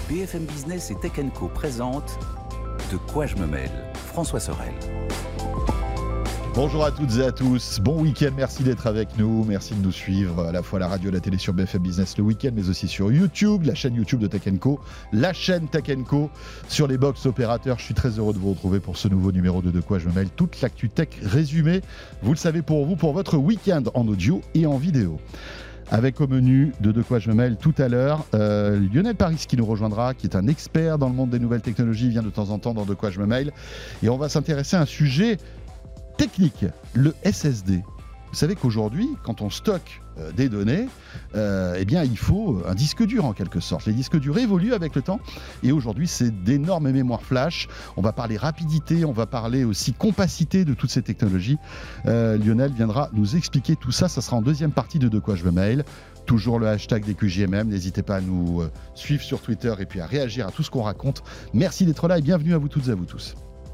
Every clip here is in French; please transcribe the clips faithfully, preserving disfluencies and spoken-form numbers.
B F M Business et Tech Co présente De quoi je me mêle, François Sorel. Bonjour à toutes et à tous, bon week-end, merci d'être avec nous, merci de nous suivre à la fois à la radio et à la télé sur B F M Business le week-end, mais aussi sur YouTube, la chaîne YouTube de Tech Co, la chaîne Tech Co sur les box opérateurs. Je suis très heureux de vous retrouver pour ce nouveau numéro de De quoi je me mêle, toute l'actu tech résumée, vous le savez pour vous, pour votre week-end en audio et en vidéo. Avec au menu de De quoi je me mêle tout à l'heure, euh, Lionel Paris qui nous rejoindra, qui est un expert dans le monde des nouvelles technologies, il vient de temps en temps dans De quoi je me mêle, et on va s'intéresser à un sujet technique, le S S D. Vous savez qu'aujourd'hui, quand on stocke euh, des données, euh, eh bien, il faut un disque dur en quelque sorte. Les disques durs évoluent avec le temps et aujourd'hui, c'est d'énormes mémoires flash. On va parler rapidité, on va parler aussi compacité de toutes ces technologies. Euh, Lionel viendra nous expliquer tout ça. Ça sera en deuxième partie de De quoi je me mêle. Toujours le hashtag des Q J M M. N'hésitez pas à nous euh, suivre sur Twitter et puis à réagir à tout ce qu'on raconte. Merci d'être là et bienvenue à vous toutes et à vous tous.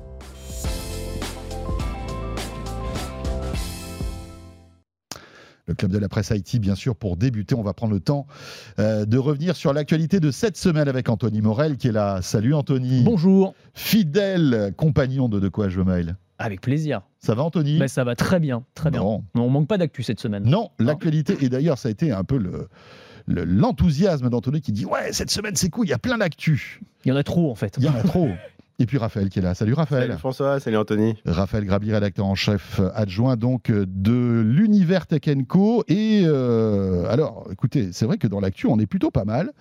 Le Club de la Presse I T, bien sûr, pour débuter, on va prendre le temps euh, de revenir sur l'actualité de cette semaine avec Anthony Morel qui est là. Salut Anthony. Bonjour. Fidèle compagnon de De quoi je me mêle. Avec plaisir. Ça va Anthony ? Ben, ça va très bien, très bon. bien. On manque pas d'actu cette semaine. Non, l'actualité, et d'ailleurs ça a été un peu le, le, l'enthousiasme d'Anthony qui dit « Ouais, cette semaine c'est cool, il y a plein d'actu. » Il y en a trop en fait. Il y en a trop. Et puis Raphaël qui est là. Salut Raphaël. Salut François, salut Anthony. Raphaël Grabli, rédacteur en chef adjoint donc de l'univers Tech Co. Et euh, alors, écoutez, c'est vrai que dans l'actu, on est plutôt pas mal.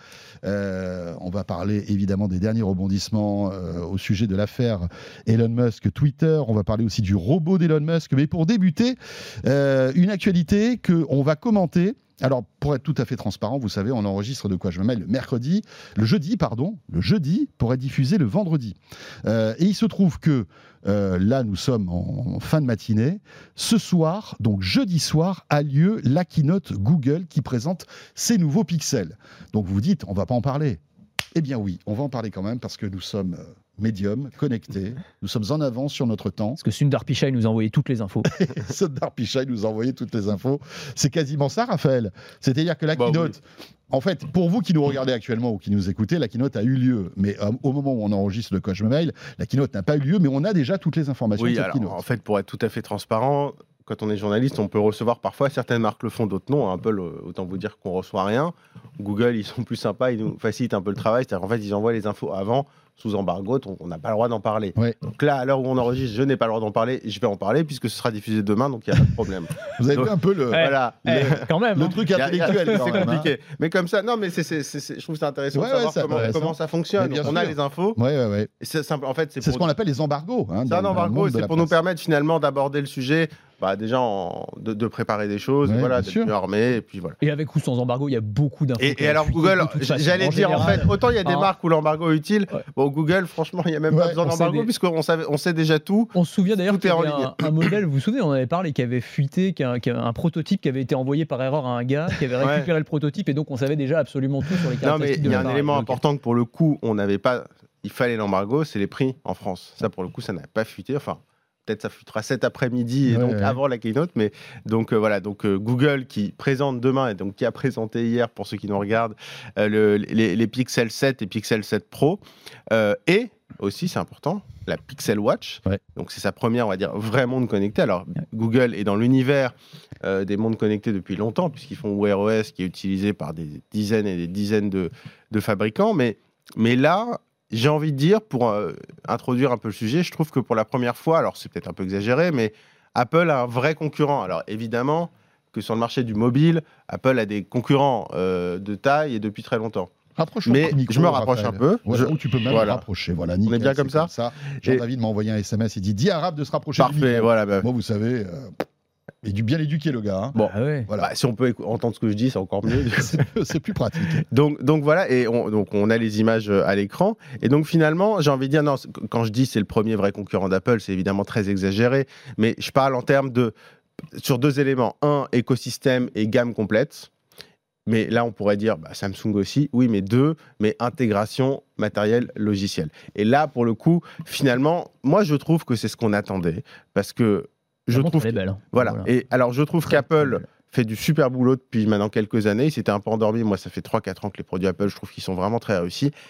Euh, on va parler évidemment des derniers rebondissements euh, au sujet de l'affaire Elon Musk, Twitter. On va parler aussi du robot d'Elon Musk. Mais pour débuter, euh, une actualité qu'on va commenter. Alors, pour être tout à fait transparent, vous savez, on enregistre De quoi je me mêle le mercredi, le jeudi, pardon, le jeudi, pour être diffusé le vendredi. Euh, et il se trouve que euh, là, nous sommes en, en fin de matinée. Ce soir, donc jeudi soir, a lieu la keynote Google qui présente ses nouveaux pixels. Donc vous vous dites, on ne va pas en parler. Eh bien oui, on va en parler quand même parce que nous sommes euh, médiums, connectés, nous sommes en avance sur notre temps. Parce que Sundar Pichai nous a envoyé toutes les infos. Sundar Pichai nous a envoyé toutes les infos. C'est quasiment ça, Raphaël. C'est-à-dire que la bah, keynote, oui. En fait, pour vous qui nous regardez actuellement ou qui nous écoutez, la keynote a eu lieu. Mais euh, au moment où on enregistre De quoi je me mêle, la keynote n'a pas eu lieu, mais on a déjà toutes les informations oui, de cette alors, keynote. En fait, pour être tout à fait transparent, quand on est journaliste, on peut recevoir parfois, certaines marques le font, d'autres non. Un peu, le, autant vous dire qu'on reçoit rien. Google, ils sont plus sympas, ils nous facilitent un peu le travail. C'est-à-dire qu'en fait, ils envoient les infos avant, sous embargo, donc on n'a pas le droit d'en parler. Ouais. Donc là, à l'heure où on enregistre, je n'ai pas le droit d'en parler, je vais en parler puisque ce sera diffusé demain, donc il n'y a pas de problème. Vous avez donc, vu un peu le, ouais, voilà, ouais, le, quand même, le hein. truc intellectuel. C'est quand même, compliqué. Hein. Mais comme ça, non, mais c'est, c'est, c'est, c'est, je trouve ça intéressant ouais, de savoir ouais, comment, comment ça fonctionne. On a les infos. Ouais, ouais, ouais. C'est, simple, en fait, c'est, c'est pour ce qu'on appelle les embargos. Hein, c'est un embargo, c'est pour presse. nous permettre finalement d'aborder le sujet. Bah, déjà en, de, de préparer des choses, ouais, voilà, d'être mieux armé, et puis voilà. Et avec ou sans embargo, il y a beaucoup d'infos. Et, et alors Google, j'allais dire en fait, autant il y a des hein. marques où l'embargo est utile, ouais. bon Google, franchement, il n'y a même ouais, pas besoin d'embargo des... puisqu'on savait, on sait déjà tout. On se souvient d'ailleurs tout qu'il y avait un, un modèle, vous vous souvenez, on en avait parlé, qui avait fuité, qui a, qui a un prototype qui avait été envoyé par erreur à un gars, qui avait récupéré ouais. le prototype, et donc on savait déjà absolument tout sur les caractéristiques. Non mais il y a un élément okay. important que pour le coup, on n'avait pas, il fallait l'embargo, c'est les prix en France. Ça pour le coup, ça n'a pas fuité, enfin... Peut-être ça fuitera cet après-midi et ouais, donc ouais. avant la keynote, mais donc euh, voilà, donc euh, Google qui présente demain et donc qui a présenté hier pour ceux qui nous regardent euh, le, les, les Pixel sept et Pixel sept Pro euh, et aussi c'est important la Pixel Watch. Ouais. Donc c'est sa première, on va dire, vrai monde connecté. Alors ouais. Google est dans l'univers euh, des mondes connectés depuis longtemps puisqu'ils font Wear O S qui est utilisé par des dizaines et des dizaines de, de fabricants, mais mais là j'ai envie de dire, pour euh, introduire un peu le sujet, je trouve que pour la première fois, alors c'est peut-être un peu exagéré, mais Apple a un vrai concurrent. Alors évidemment que sur le marché du mobile, Apple a des concurrents euh, de taille et depuis très longtemps. Mais micro, je me rapproche Raphaël. un peu. Voilà, je... Ou tu peux même voilà. rapprocher. Voilà, nickel, on est bien comme ça, comme ça. Jean-David et... m'a envoyé un S M S, il dit « Dis à Raph de se rapprocher Parfait, du micro. » voilà. Bah... Moi, vous savez... Euh... Et du bien éduqué, le gars. Hein. Bon, ah ouais. voilà. Bah, si on peut éc- entendre ce que je dis, c'est encore mieux. c'est, c'est plus pratique. Donc, donc voilà, et on, donc on a les images à l'écran. Et donc finalement, j'ai envie de dire, non, quand je dis c'est le premier vrai concurrent d'Apple, c'est évidemment très exagéré, mais je parle en termes de, sur deux éléments. Un, écosystème et gamme complète. Mais là, on pourrait dire, bah, Samsung aussi, oui, mais deux, mais intégration matériel logiciel. Et là, pour le coup, finalement, moi, je trouve que c'est ce qu'on attendait, parce que je la trouve, elle est belle, hein. voilà. voilà. Et alors, je trouve très, qu'Apple très fait du super boulot depuis maintenant quelques années. Il s'était un peu endormi. Moi, ça fait trois quatre ans que les produits Apple, je trouve qu'ils sont vraiment très réussis.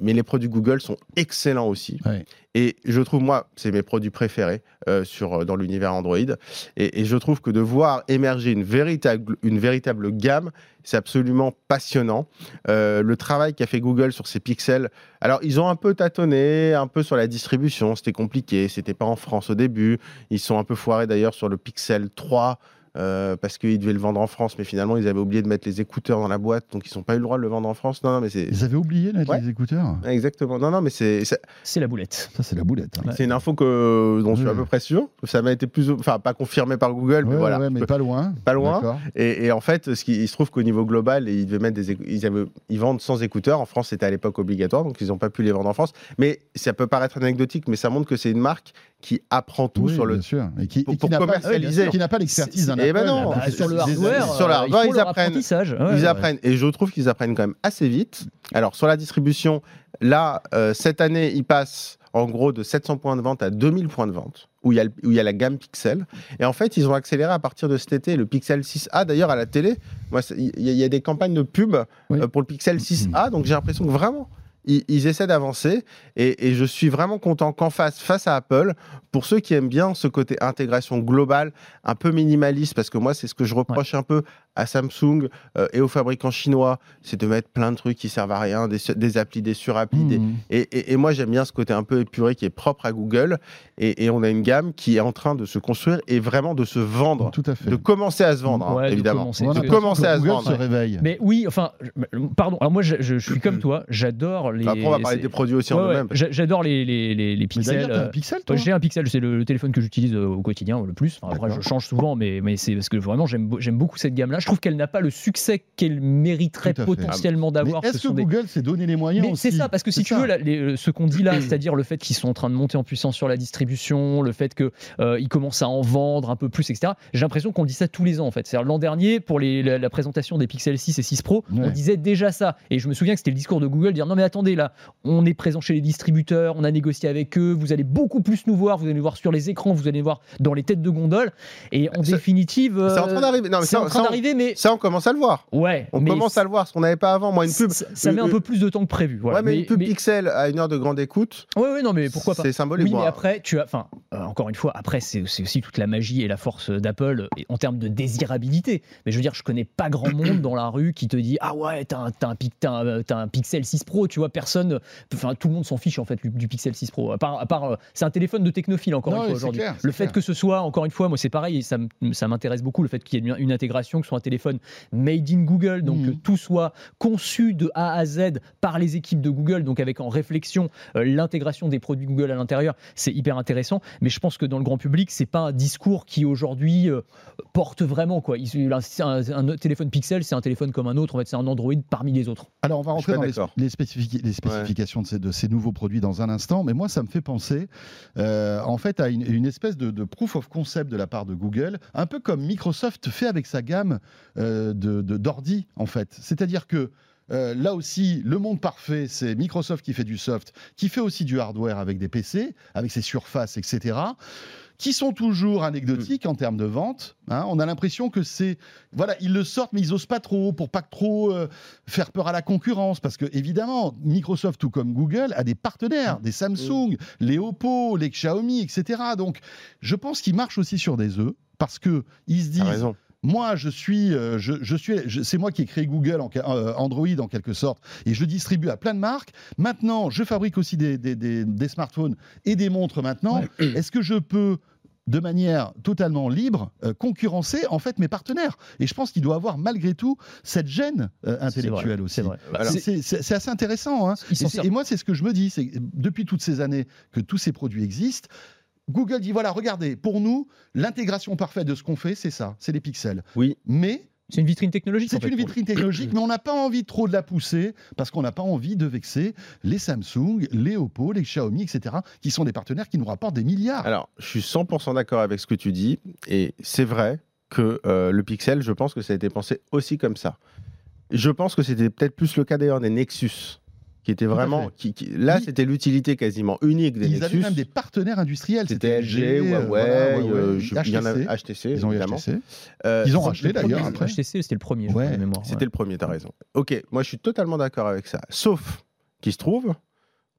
mais les produits Google sont excellents aussi. Ouais. Et je trouve, moi, c'est mes produits préférés euh, sur, dans l'univers Android. Et, et je trouve que de voir émerger une véritable, une véritable gamme, c'est absolument passionnant. Euh, le travail qu'a fait Google sur ces pixels, alors ils ont un peu tâtonné, un peu sur la distribution, c'était compliqué, c'était pas en France au début. Ils sont un peu foirés d'ailleurs sur le Pixel trois. Euh, parce qu'ils devaient le vendre en France, mais finalement ils avaient oublié de mettre les écouteurs dans la boîte, donc ils n'ont pas eu le droit de le vendre en France. Non, non mais c'est. Ils avaient oublié de mettre Ouais. les écouteurs. Exactement. Non, non, mais c'est. C'est, C'est la boulette. Ça, c'est la boulette. hein. c'est une info que dont je suis Ouais. à peu près sûr. Ça m'a été plus, enfin pas confirmé par Google, mais Ouais, voilà. ouais, mais pas loin. Pas loin. D'accord. Et, et en fait, ce qui, il se trouve qu'au niveau global, ils devaient mettre des, écou- ils, avaient, ils vendent sans écouteurs. En France, c'était à l'époque obligatoire, donc ils n'ont pas pu les vendre en France. Mais ça peut paraître anecdotique, mais ça montre que c'est une marque qui apprend tout Oui, sur le. bien sûr. Et qui, pour- et qui pour n'a pas, commercialiser. qui n'a pas l'expertise d'un Eh ben Apple. non, Bah, Bah, sur le des- hardware, sur le euh, hardware, il faut ils leur apprennent. apprentissage. Ouais, Ils ouais. apprennent, et je trouve qu'ils apprennent quand même assez vite. Alors, sur la distribution, là, euh, cette année, ils passent en gros de sept cents points de vente à deux mille points de vente, où il y a, le- où il y a la gamme Pixel. Et en fait, ils ont accéléré à partir de cet été le Pixel six A. D'ailleurs, à la télé, moi, c'est- il y, a- il y a des campagnes de pub Oui. euh, pour le Pixel six A, donc j'ai l'impression que vraiment, ils, ils essaient d'avancer. Et, et je suis vraiment content qu'en face, face à Apple, pour ceux qui aiment bien ce côté intégration globale, un peu minimaliste, parce que moi, c'est ce que je reproche un peu à Samsung euh, et aux fabricants chinois, c'est de mettre plein de trucs qui servent à rien, des, su- des applis, des surapplis. des- Mmh. Et, et- et moi, j'aime bien ce côté un peu épuré qui est propre à Google. Et, et on a une gamme qui est en train de se construire et vraiment de se vendre, Tout à fait. de commencer à se vendre, hein, Ouais, de évidemment. commencer. On a de l'impression commencer que à se Google vendre. se réveille. Mais oui, enfin, je- pardon. Alors moi, je, je- je suis comme toi. J'adore les. Après, on va parler c'est- des produits aussi Ouais, en ouais, eux-mêmes. j'a- J'adore les, les, les, les Mais pixels. d'ailleurs, t'as euh, un Pixel, toi Ouais, j'ai un Pixel, c'est le, le téléphone que j'utilise euh, au quotidien le plus. Enfin, après, D'accord. je change souvent, mais, mais c'est parce que vraiment, j'aime beau- j'aime beaucoup cette gamme-là. Je trouve qu'elle n'a pas le succès qu'elle mériterait Tout à fait. potentiellement Mais d'avoir. est-ce Ce que sont des- Google s'est donné les moyens Mais aussi c'est ça, parce que si C'est tu ça. veux, là, les- ce qu'on dit là, c'est-à-dire le fait qu'ils sont en train de monter en puissance sur la distribution, le fait qu'ils commencent à en vendre un peu plus, et cetera. J'ai l'impression qu'on dit ça tous les ans, en fait. C'est-à-dire l'an dernier, pour les- la, la présentation des Pixel six et six Pro, on Ouais. disait déjà ça. Et je me souviens que c'était le discours de Google, dire non mais attendez, là, on est présent chez les distributeurs, on a négocié avec eux, vous allez beaucoup plus nous voir, vous allez nous voir sur les écrans, vous allez nous voir dans les têtes de gondole. Et en Ça- définitive, C'est en euh, train d'arriver. Non, mais c'est ça, en train ça, on- d'arriver, mais ça, on commence à le voir. ouais, On mais commence à le voir, ce qu'on n'avait pas avant. Moi, une pub. ça, ça met un euh, peu plus de temps que prévu. Voilà. Ouais, mais, une pub Pixel à une heure de grande écoute, Ouais, ouais, non, mais pourquoi pas. c'est symbolique. Oui, mais Moi, après, tu as, enfin, euh, encore une fois, après, c'est c'est aussi toute la magie et la force d'Apple euh, en termes de désirabilité. Mais je veux dire, je connais pas grand monde dans la rue qui te dit ah ouais, t'as un, t'as un, pic- t'as un, t'as un Pixel six Pro, tu vois, personne, enfin, tout le monde s'en fiche en fait du, du Pixel six Pro. À part, à part, euh, c'est un téléphone de technophile encore Non, une oui, fois c'est aujourd'hui. clair, c'est Le fait clair. que ce soit, encore une fois, moi c'est pareil, et ça, m- ça m'intéresse beaucoup le fait qu'il y ait une, une intégration, que ce soit un téléphone made in Google, donc Mhm. que tout soit conçu de A à Z par les équipes de Google, donc avec en réflexion euh, l'intégration des produits Google à l'intérieur, c'est hyper intéressant. Mais je pense que dans le grand public, c'est pas un discours qui aujourd'hui euh, porte vraiment quoi. Il, un, un, un téléphone Pixel, c'est un téléphone comme un autre. En fait, c'est un Android parmi les autres. Alors, on va Je suis rentrer pas dans les, d'accord. les spécifici- les spécifications de, ces, de ces nouveaux produits dans un instant, mais moi, ça me fait penser euh, en fait à une, une espèce de, de proof of concept de la part de Google, un peu comme Microsoft fait avec sa gamme euh, de, de- d'ordi, en fait. C'est-à-dire que euh, là aussi, le monde parfait, c'est Microsoft qui fait du soft, qui fait aussi du hardware avec des P C, avec ses surfaces, et cetera, qui sont toujours anecdotiques en termes de vente. Hein. On a l'impression que c'est... Voilà, ils le sortent, mais ils osent pas trop, pour pas que trop euh, faire peur à la concurrence. Parce que, évidemment, Microsoft, tout comme Google, a des partenaires, des Samsung, les Oppo, les Xiaomi, et cetera. Donc, je pense qu'ils marchent aussi sur des œufs, parce qu'ils se T'as disent... raison. Moi, je suis, euh, je, je suis, je- c'est moi qui ai créé Google, en, euh, Android en quelque sorte, et je distribue à plein de marques. Maintenant, je fabrique aussi des, des- des- des smartphones et des montres maintenant. Est-ce que je peux, de manière totalement libre, euh, concurrencer en fait mes partenaires? Et je pense qu'il doit avoir malgré tout cette gêne euh, intellectuelle aussi. C'est vrai. Bah, c'est, c'est- c'est- c'est assez intéressant. Hein. Ils s'en Et, c'est- servent. et moi, c'est ce que je me dis, c'est que depuis toutes ces années que tous ces produits existent. Google dit voilà, regardez, pour nous, l'intégration parfaite de ce qu'on fait, c'est ça, c'est les pixels. Oui. Mais C'est une vitrine technologique. c'est en fait, une pour vitrine technologique, mais on n'a pas envie trop de la pousser parce qu'on n'a pas envie de vexer les Samsung, les Oppo, les Xiaomi, et cetera, qui sont des partenaires qui nous rapportent des milliards. Alors, je suis cent pour cent d'accord avec ce que tu dis, et c'est vrai que euh, le Pixel, je pense que ça a été pensé aussi comme ça. Je pense que c'était peut-être plus le cas d'ailleurs des Nexus, qui étaient à vraiment... fait. Qui, qui- là, Oui. c'était l'utilité quasiment unique des Ils Nexus. avaient même des partenaires industriels. C'était L G, euh, Huawei, voilà, euh, Huawei, je- il y en a H T C. H T C, Ils ont eu évidemment. H T C. Euh, Ils ont c'est- racheté Le d'ailleurs premier, après. H T C, c'était le premier, je Ouais. crois, de mémoire. C'était ouais. le premier, t'as raison. Ok, moi je suis totalement d'accord avec ça. Sauf qu'il se trouve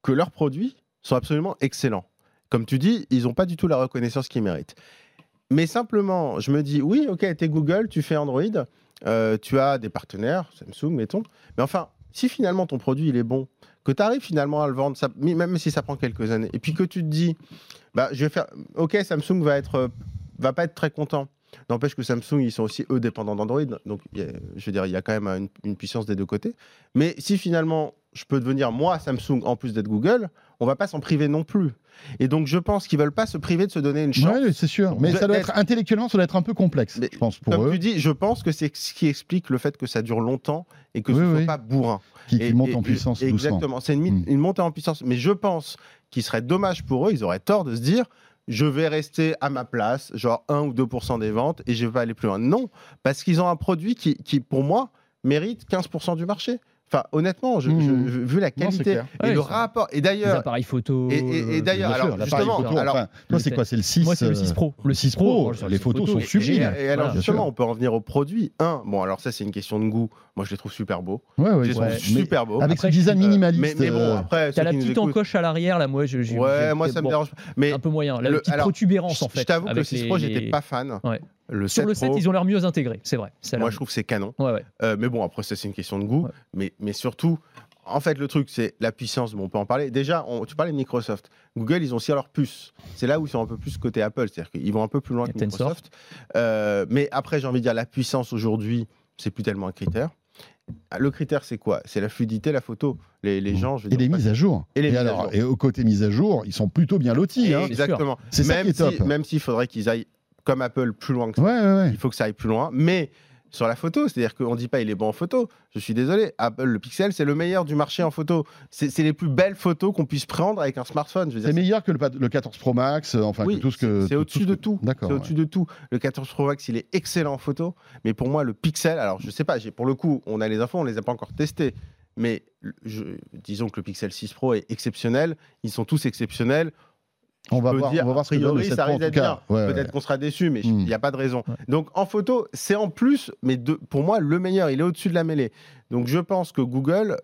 que leurs produits sont absolument excellents. Comme tu dis, ils n'ont pas du tout la reconnaissance qu'ils méritent. Mais simplement, je me dis, oui, ok, t'es Google, tu fais Android, euh, tu as des partenaires, Samsung, mettons, mais enfin, si finalement ton produit il est bon, que tu arrives finalement à le vendre, ça, même si ça prend quelques années, et puis que tu te dis, bah, je vais faire, ok, Samsung va être, va pas être très content. N'empêche que Samsung, ils sont aussi eux dépendants d'Android, donc y a, je veux dire, il y a quand même une, une puissance des deux côtés. Mais si finalement je peux devenir moi Samsung en plus d'être Google, on va pas s'en priver non plus. Et donc je pense qu'ils veulent pas se priver de se donner une chance. Oui, c'est sûr. Mais ça doit être intellectuellement, ça doit être un peu complexe, mais je pense pour comme eux. tu dis, je pense que c'est ce qui explique le fait que ça dure longtemps et que oui, ce ne oui. soit pas bourrin. Qui, qui et, monte et, en puissance et, doucement. Exactement. C'est une, mm. une montée en puissance. Mais je pense qu'il serait dommage pour eux. Ils auraient tort de se dire. Je vais rester à ma place, genre un ou deux pour cent des ventes, et je vais pas aller plus loin. Non, parce qu'ils ont un produit qui, qui pour moi, mérite quinze pour cent du marché. Enfin, honnêtement, je, mmh. je, je, vu la qualité non, et ouais, le rapport, et d'ailleurs, les appareils photo. Et, et, et d'ailleurs, Bien alors sûr, justement, photo, alors, enfin, toi c'est quoi, c'est le six Moi c'est le six Pro. Le six Pro, oh, les photos sont et, sublimes. Et, et alors voilà, justement, on peut en venir au produit. Un, bon, alors ça c'est une question de goût. Moi, je les trouve super beaux. Ouais, ouais, je les ouais. trouve super beaux. Avec Après, ce design euh, minimaliste. Mais, mais bon, euh, après, T'as ceux la qui nous petite écoutent- encoche à l'arrière là, moi je. je Ouais, je- moi ça me bon, dérange pas. Mais un peu moyen. La le- petite alors, protubérance en je, fait. je t'avoue que le avec six les- Pro, j'étais les- pas fan. Ouais. Le Sur sept le sept, Pro, ils ont l'air mieux intégrés, c'est vrai. Ça a moi l'air je trouve que c'est canon. mieux. Ouais, ouais. Euh, mais bon, après, ça, c'est une question de goût. Ouais. Mais, mais surtout, en fait, le truc, c'est la puissance. Bon, on peut en parler. Déjà, on- tu parlais de Microsoft. Google, ils ont aussi leur puce. C'est là où ils sont un peu plus côté Apple. C'est-à-dire qu'ils vont un peu plus loin Il y a que Tensor. Microsoft. Euh, mais après, j'ai envie de dire, la puissance aujourd'hui, c'est plus tellement un critère. Le critère, c'est quoi? C'est la fluidité, la photo. Les, les gens, je veux Et dire, les mises à jour. Et les mises à alors, jour. et au côté mise à jour, ils sont plutôt bien lotis. Et Hein. exactement. C'est ça Même qui est si- top. Même s'il faudrait qu'ils aillent, comme Apple, plus loin que ça. Ouais, ouais, ouais. Il faut que ça aille plus loin. Mais sur la photo, c'est-à-dire qu'on ne dit pas il est bon en photo. Je suis désolé. Apple, le Pixel, c'est le meilleur du marché en photo. C'est c'est les plus belles photos qu'on puisse prendre avec un smartphone. Je veux dire, C'est meilleur que le, pat- le quatorze Pro Max, euh, enfin oui, que tout ce que. c'est- c'est tout au-dessus ce de que- tout. D'accord. C'est ouais. au-dessus de tout. Le quatorze Pro Max, il est excellent en photo. Mais pour moi, le Pixel, alors je sais pas, j'ai- pour le coup, on a les infos, on les a pas encore testés. Mais je- disons que le Pixel six Pro est exceptionnel. Ils sont tous exceptionnels. On va Je peux voir, dire, on va voir a ce que donne le priori, sept ça Pro en risque tout d'être cas. bien. Ouais, Peut-être ouais. qu'on sera déçu, mais il Mm. n'y a pas de raison. Ouais. Donc en photo, c'est en plus, mais de, pour moi, le meilleur. Il est au-dessus de la mêlée. Donc je pense que Google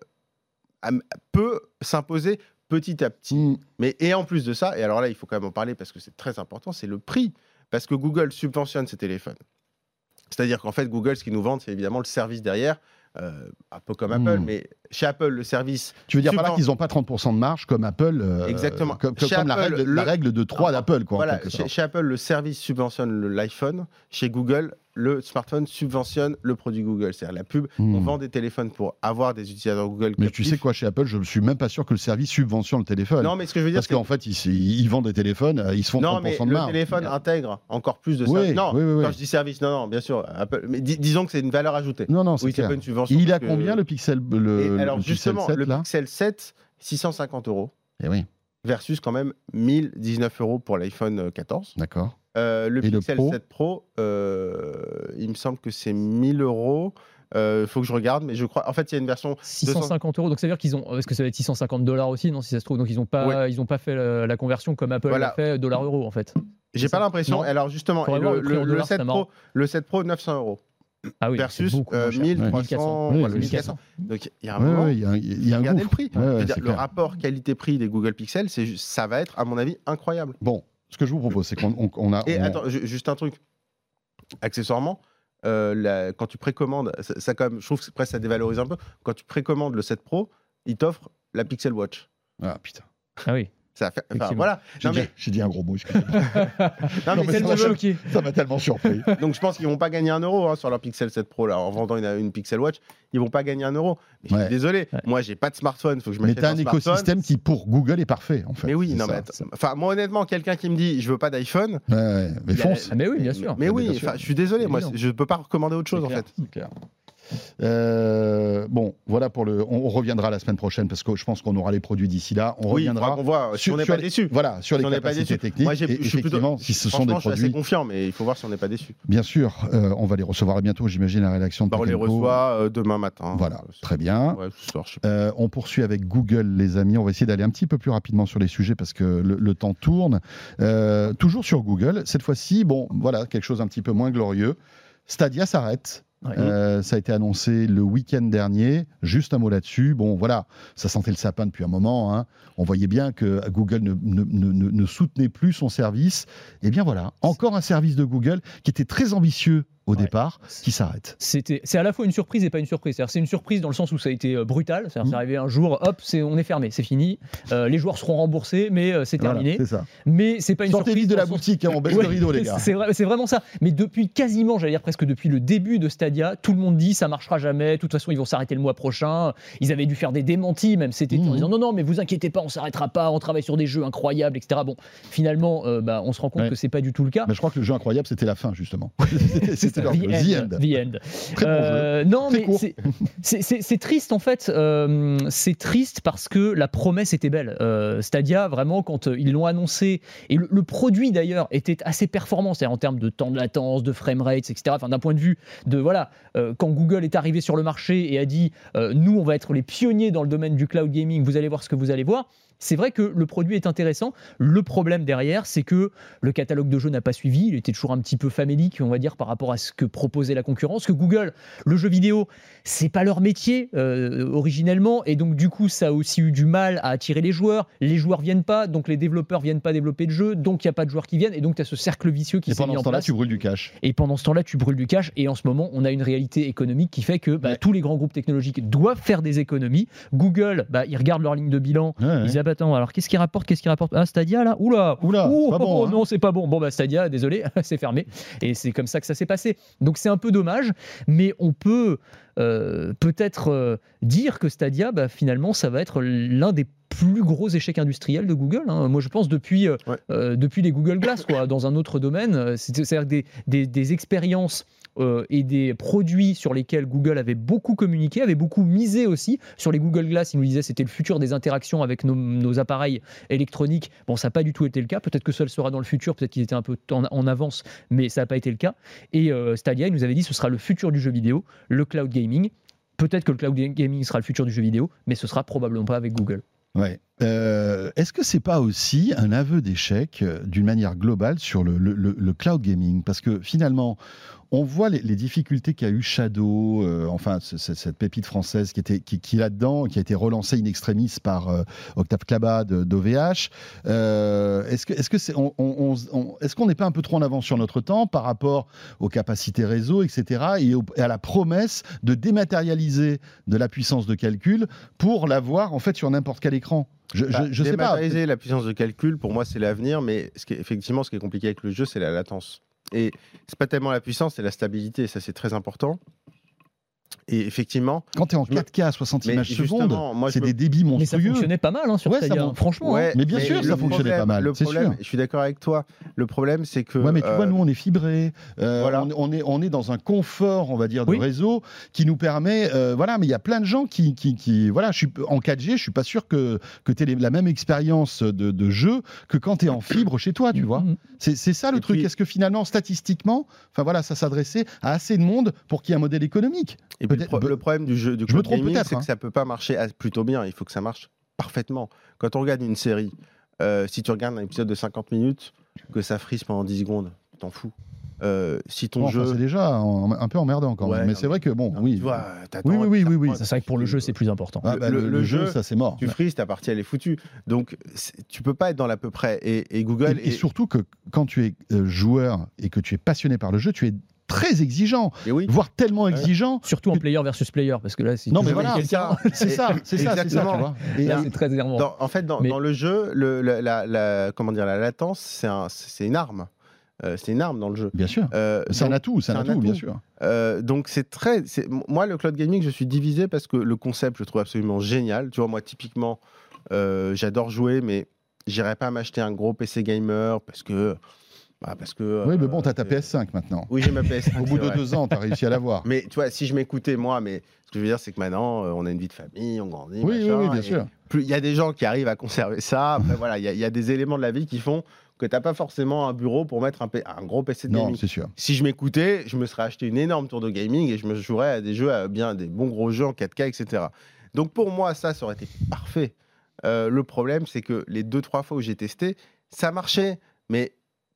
a- peut s'imposer petit à petit. Mm. Mais, et en plus de ça, et alors là, il faut quand même en parler parce que c'est très important, c'est le prix. Parce que Google subventionne ses téléphones. C'est-à-dire qu'en fait, Google, ce qu'ils nous vendent, c'est évidemment le service derrière. Euh, un peu comme Apple, Mm. mais chez Apple, le service. Tu veux dire par là subven- qu'ils n'ont pas trente pour cent de marge comme Apple euh, Exactement. Comme, comme- Chez comme la, Apple, règle, la le- règle de trois Ah, d'Apple. Quoi, en Voilà, quelque chez, sorte. chez Apple, le service subventionne le- l'iPhone. Chez Google, le smartphone subventionne le produit Google. C'est-à-dire la pub. Mm. On vend des téléphones pour avoir des utilisateurs Google. Mais tu captifs. sais quoi, chez Apple, je ne suis même pas sûr que le service subventionne le téléphone. Non, mais ce que je veux dire, Parce c'est qu'en fait, ils, ils vendent des téléphones, euh, ils se font non, trente pour mais cent de le marge. téléphone intègre encore plus de Oui, services. Non, oui, oui, oui. quand je dis service, non, non, bien sûr, Apple. Mais dis- disons que c'est une valeur ajoutée. Non, non, c'est Oui, c'est clair. pas une subvention. Il a parce que- combien le Pixel, le, Et alors le Pixel justement, sept le là Pixel sept, six cent cinquante euros Eh oui, versus quand même mille dix-neuf euros pour l'iPhone quatorze. d'accord. Euh, le Et le Pixel Pro sept Pro, euh, il me semble que c'est mille euros. Il euh, faut que je regarde, mais je crois. En fait, il y a une version. six cent cinquante euros, donc ça veut dire qu'ils ont. Est-ce que ça va être six cent cinquante dollars aussi, non, si ça se trouve? Donc ils n'ont pas, ils ont pas fait la, la conversion comme Apple Voilà. l'a fait, dollar-euro en fait. J'ai ça pas l'impression. Non. Alors justement, Faudrait et voir le, le prix le- en le dollars, sept c'est Pro, marrant. le sept Pro, neuf cents euros. Ah oui, Versus c'est beaucoup euh, moins cher. mille trois mille quatre cents. cents, Oui, voilà, oui, mille quatre cents. Donc il y a un Ouais, moment. ouais, il y a un- il y a un Regardez le gouffre. prix. Ouais, ouais, Je veux dire, c'est le clair. rapport qualité-prix des Google Pixel, c'est ju- ça va être, à mon avis, incroyable. Bon, ce que je vous propose, c'est qu'on on- on a. Et on- attends, ju- juste un truc. Accessoirement, euh, la- quand tu précommandes, ça, ça quand même, je trouve que presque ça dévalorise un peu. Quand tu précommandes le sept Pro, il t'offre la Pixel Watch. Ah putain. Ah oui. Ça fait, enfin, Effectivement. voilà. J'ai Non, dit, mais, j'ai dit un gros mot. excusez-moi. non, Non, mais mais si ça tu m'a veux- choqué. Ça m'a tellement surpris. Donc je pense qu'ils vont pas gagner un euro hein, sur leur Pixel sept Pro là, en vendant une, une Pixel Watch, ils vont pas gagner un euro. Mais je Ouais. suis désolé, Ouais. moi j'ai pas de smartphone, faut que je Mais m'achète tu as un un smartphone. écosystème qui, pour Google, est parfait, en fait. Mais oui, C'est non ça. mais attends. Enfin moi honnêtement, quelqu'un qui me dit je veux pas d'iPhone, Ouais, ouais, mais il y a- fonce. Ah, mais oui, bien sûr. mais Mais oui, bien sûr. enfin je suis désolé, C'est moi évident. je peux pas recommander autre chose C'est en clair, fait. c'est clair. Euh, bon, voilà pour le. On, on reviendra la semaine prochaine parce que je pense qu'on aura les produits d'ici là. On Oui, reviendra. on voit si sur- on n'est sur pas les- déçu. Voilà, sur Si les on n'est pas capacités déçu. techniques. Moi, j'ai- et je suis plutôt- effectivement, si ce sont des Franchement, je suis assez produits. confiant, mais il faut voir si on n'est pas déçu. Bien sûr, euh, on va les recevoir bientôt, j'imagine, la rédaction de Bah, on les Tech and Co. reçoit euh, demain matin. Voilà, Euh, très bien. Ouais, ce soir, je sais pas. Euh, on poursuit avec Google, les amis. On va essayer d'aller un petit peu plus rapidement sur les sujets parce que le, le temps tourne. Euh, toujours sur Google. Cette fois-ci, bon, voilà, quelque chose un petit peu moins glorieux. Stadia s'arrête. Ouais. Euh, ça a été annoncé le week-end dernier. Juste un mot là-dessus. Bon, voilà, ça sentait le sapin depuis un moment. Hein. On voyait bien que Google ne, ne, ne, ne soutenait plus son service. Et bien voilà, encore un service de Google qui était très ambitieux au ouais. départ, qui s'arrête. C'était, c'est à la fois une surprise et pas une surprise. C'est-à-dire, c'est une surprise dans le sens où ça a été brutal. C'est-à-dire, mmh. c'est arrivé un jour, hop, c'est, on est fermé, c'est fini. Euh, les joueurs seront remboursés, mais euh, c'est terminé. Voilà, c'est ça. Mais c'est pas une Sortez surprise. Sortez vite de la boutique, hein, on baisse ouais, le rideau, les gars. C'est, vrai, c'est vraiment ça. Mais depuis quasiment, j'allais dire presque depuis le début de Stadia, tout le monde dit ça marchera jamais. De toute façon, ils vont s'arrêter le mois prochain. Ils avaient dû faire des démentis, même cet été, mmh. en disant non, non, mais vous inquiétez pas, on s'arrêtera pas. On travaille sur des jeux incroyables, et cetera. Bon, finalement, euh, bah, on se rend compte ouais. que c'est pas du tout le cas. Mais je crois que le jeu incroyable, c'était la fin, justement. c'était, c'était leur The End. The End. Très bon euh, jeu. Non, Très mais court. c'est, c'est, c'est, c'est triste en fait. Euh, c'est triste parce que la promesse était belle. Euh, Stadia, vraiment, quand euh, ils l'ont annoncé, et le, le produit d'ailleurs était assez performant, c'est-à-dire en termes de temps de latence, de framerate, et cetera. Enfin, d'un point de vue de voilà, euh, quand Google est arrivé sur le marché et a dit, euh, nous, on va être les pionniers dans le domaine du cloud gaming. Vous allez voir ce que vous allez voir. C'est vrai que le produit est intéressant. Le problème derrière, c'est que le catalogue de jeux n'a pas suivi. Il était toujours un petit peu famélique, on va dire, par rapport à ce que proposait la concurrence. Que Google, le jeu vidéo, c'est pas leur métier euh, originellement, et donc du coup, ça a aussi eu du mal à attirer les joueurs. Les joueurs viennent pas, donc les développeurs viennent pas développer de jeux, donc il y a pas de joueurs qui viennent, et donc tu as ce cercle vicieux qui et s'est mis en place. Et pendant ce temps-là, tu brûles du cash. Et pendant ce temps-là, tu brûles du cash. Et en ce moment, on a une réalité économique qui fait que bah, ouais. tous les grands groupes technologiques doivent faire des économies. Google, bah, ils regardent leur ligne de bilan. Ouais, ils disent ah, bah, attends, alors qu'est-ce qu'ils rapportent Qu'est-ce qu'ils rapportent Ah, Stadia là Oula Oula Ouh, c'est pas bon, oh, hein. Non, c'est pas bon. Bon, bah Stadia, désolé, c'est fermé. Et c'est comme ça que ça s'est passé. Donc c'est un peu dommage, mais on peut euh, peut-être euh, dire que Stadia, bah, finalement, ça va être l'un des plus gros échecs industriels de Google. Hein. Moi, je pense depuis, euh, ouais. euh, depuis les Google Glass, quoi, dans un autre domaine. C'est, c'est-à-dire des, des, des expériences Euh, et des produits sur lesquels Google avait beaucoup communiqué, avait beaucoup misé aussi. Sur les Google Glass, il nous disait que c'était le futur des interactions avec nos, nos appareils électroniques. Bon, ça n'a pas du tout été le cas. Peut-être que ça le sera dans le futur, peut-être qu'ils étaient un peu en, en avance, mais ça n'a pas été le cas. Et euh, Stadia, il nous avait dit que ce sera le futur du jeu vidéo, le cloud gaming. Peut-être que le cloud gaming sera le futur du jeu vidéo, mais ce sera probablement pas avec Google. Ouais. Euh, est-ce que c'est pas aussi un aveu d'échec euh, d'une manière globale sur le, le, le cloud gaming ? Parce que finalement, on voit les, les difficultés qu'a eu Shadow, euh, enfin c- c- cette pépite française qui était qui, qui là-dedans, qui a été relancée in extremis par euh, Octave Klaba de, d'O V H. Euh, est-ce que est-ce que c'est on, on, on, est-ce qu'on n'est pas un peu trop en avance sur notre temps par rapport aux capacités réseau, et cetera, et, au, et à la promesse de dématérialiser de la puissance de calcul pour l'avoir en fait sur n'importe quel écran? Je, bah, je, je sais pas. Dématérialiser la puissance de calcul, pour moi, c'est l'avenir, mais ce qui est, effectivement, ce qui est compliqué avec le jeu, c'est la latence. Et c'est pas tellement la puissance, c'est la stabilité, et ça, c'est très important. Et effectivement, quand tu es en quatre K à soixante images secondes, c'est me... des débits monstrueux. Mais ça fonctionnait pas mal hein, sur ouais, Stadia, ça, franchement. Ouais, mais bien mais sûr, ça fonctionnait problème, pas mal. Le c'est problème, sûr. je suis d'accord avec toi. Le problème, c'est que. Ouais, mais tu euh... vois, nous, on est fibrés. Euh, voilà. on, on, est, on est dans un confort, on va dire, de oui. réseau qui nous permet. Euh, voilà, mais il y a plein de gens qui, qui, qui voilà, je suis en quatre G, je suis pas sûr que que tu aies la même expérience de, de jeu que quand tu es en fibre chez toi, tu vois. C'est, c'est ça le Et truc. puis... Est-ce que finalement, statistiquement, enfin voilà, ça s'adressait à assez de monde pour qu'il y ait un modèle économique? Et puis le, pro- le problème du jeu, du je me trompe gaming, peut-être, c'est hein. que ça peut pas marcher plutôt bien. Il faut que ça marche parfaitement. Quand on regarde une série, euh, si tu regardes un épisode de cinquante minutes, que ça frise pendant dix secondes, tu t'en fous. Euh, si ton bon, jeu, enfin, c'est déjà en, un peu emmerdant quand ouais, même. Mais non, c'est vrai que bon, non, oui, tu vois, oui, oui, oui, oui, oui. C'est vrai que pour le jeu, c'est plus important. Ah, bah, le, le, le jeu, ça c'est mort. Tu frises, ta partie elle est foutue. Donc tu peux pas être dans l'à peu près. Et, et Google. Et, et, et surtout que quand tu es euh, joueur et que tu es passionné par le jeu, tu es très exigeant, oui. voire tellement exigeant. Ouais. Surtout en player versus player, parce que là, si non tu mais voilà, quelqu'un, c'est ça, c'est ça, c'est ça, tu vois. Et là, c'est très énervant. Dans, en fait, dans, mais... dans le jeu, le, la, la, la, comment dire, la latence, c'est, un, c'est une arme. Euh, c'est une arme dans le jeu. Bien sûr. Euh, c'est donc, un atout, c'est, c'est un, un atout, bien sûr. Euh, donc c'est très, c'est, moi le cloud gaming, je suis divisé parce que le concept, je le trouve absolument génial. Tu vois, moi typiquement, euh, j'adore jouer, mais j'irais pas m'acheter un gros P C gamer parce que. Bah parce que, oui, mais bon, t'as ta P S cinq maintenant. Oui, j'ai ma P S cinq. Au bout de vrai. deux ans, t'as réussi à l'avoir. Mais tu vois, si je m'écoutais, moi, mais ce que je veux dire, c'est que maintenant, euh, on a une vie de famille, on grandit. Oui, machin, oui, oui, bien sûr. Il y a des gens qui arrivent à conserver ça. Après, voilà, il y, y a des éléments de la vie qui font que t'as pas forcément un bureau pour mettre un, P- un gros P C de gaming. Non, c'est sûr. Si je m'écoutais, je me serais acheté une énorme tour de gaming et je me jouerais à des jeux, à bien des bons gros jeux en quatre K, et cetera. Donc pour moi, ça, ça aurait été parfait. Euh, le problème, c'est que les deux, trois fois où j'ai testé, ça marchait, mais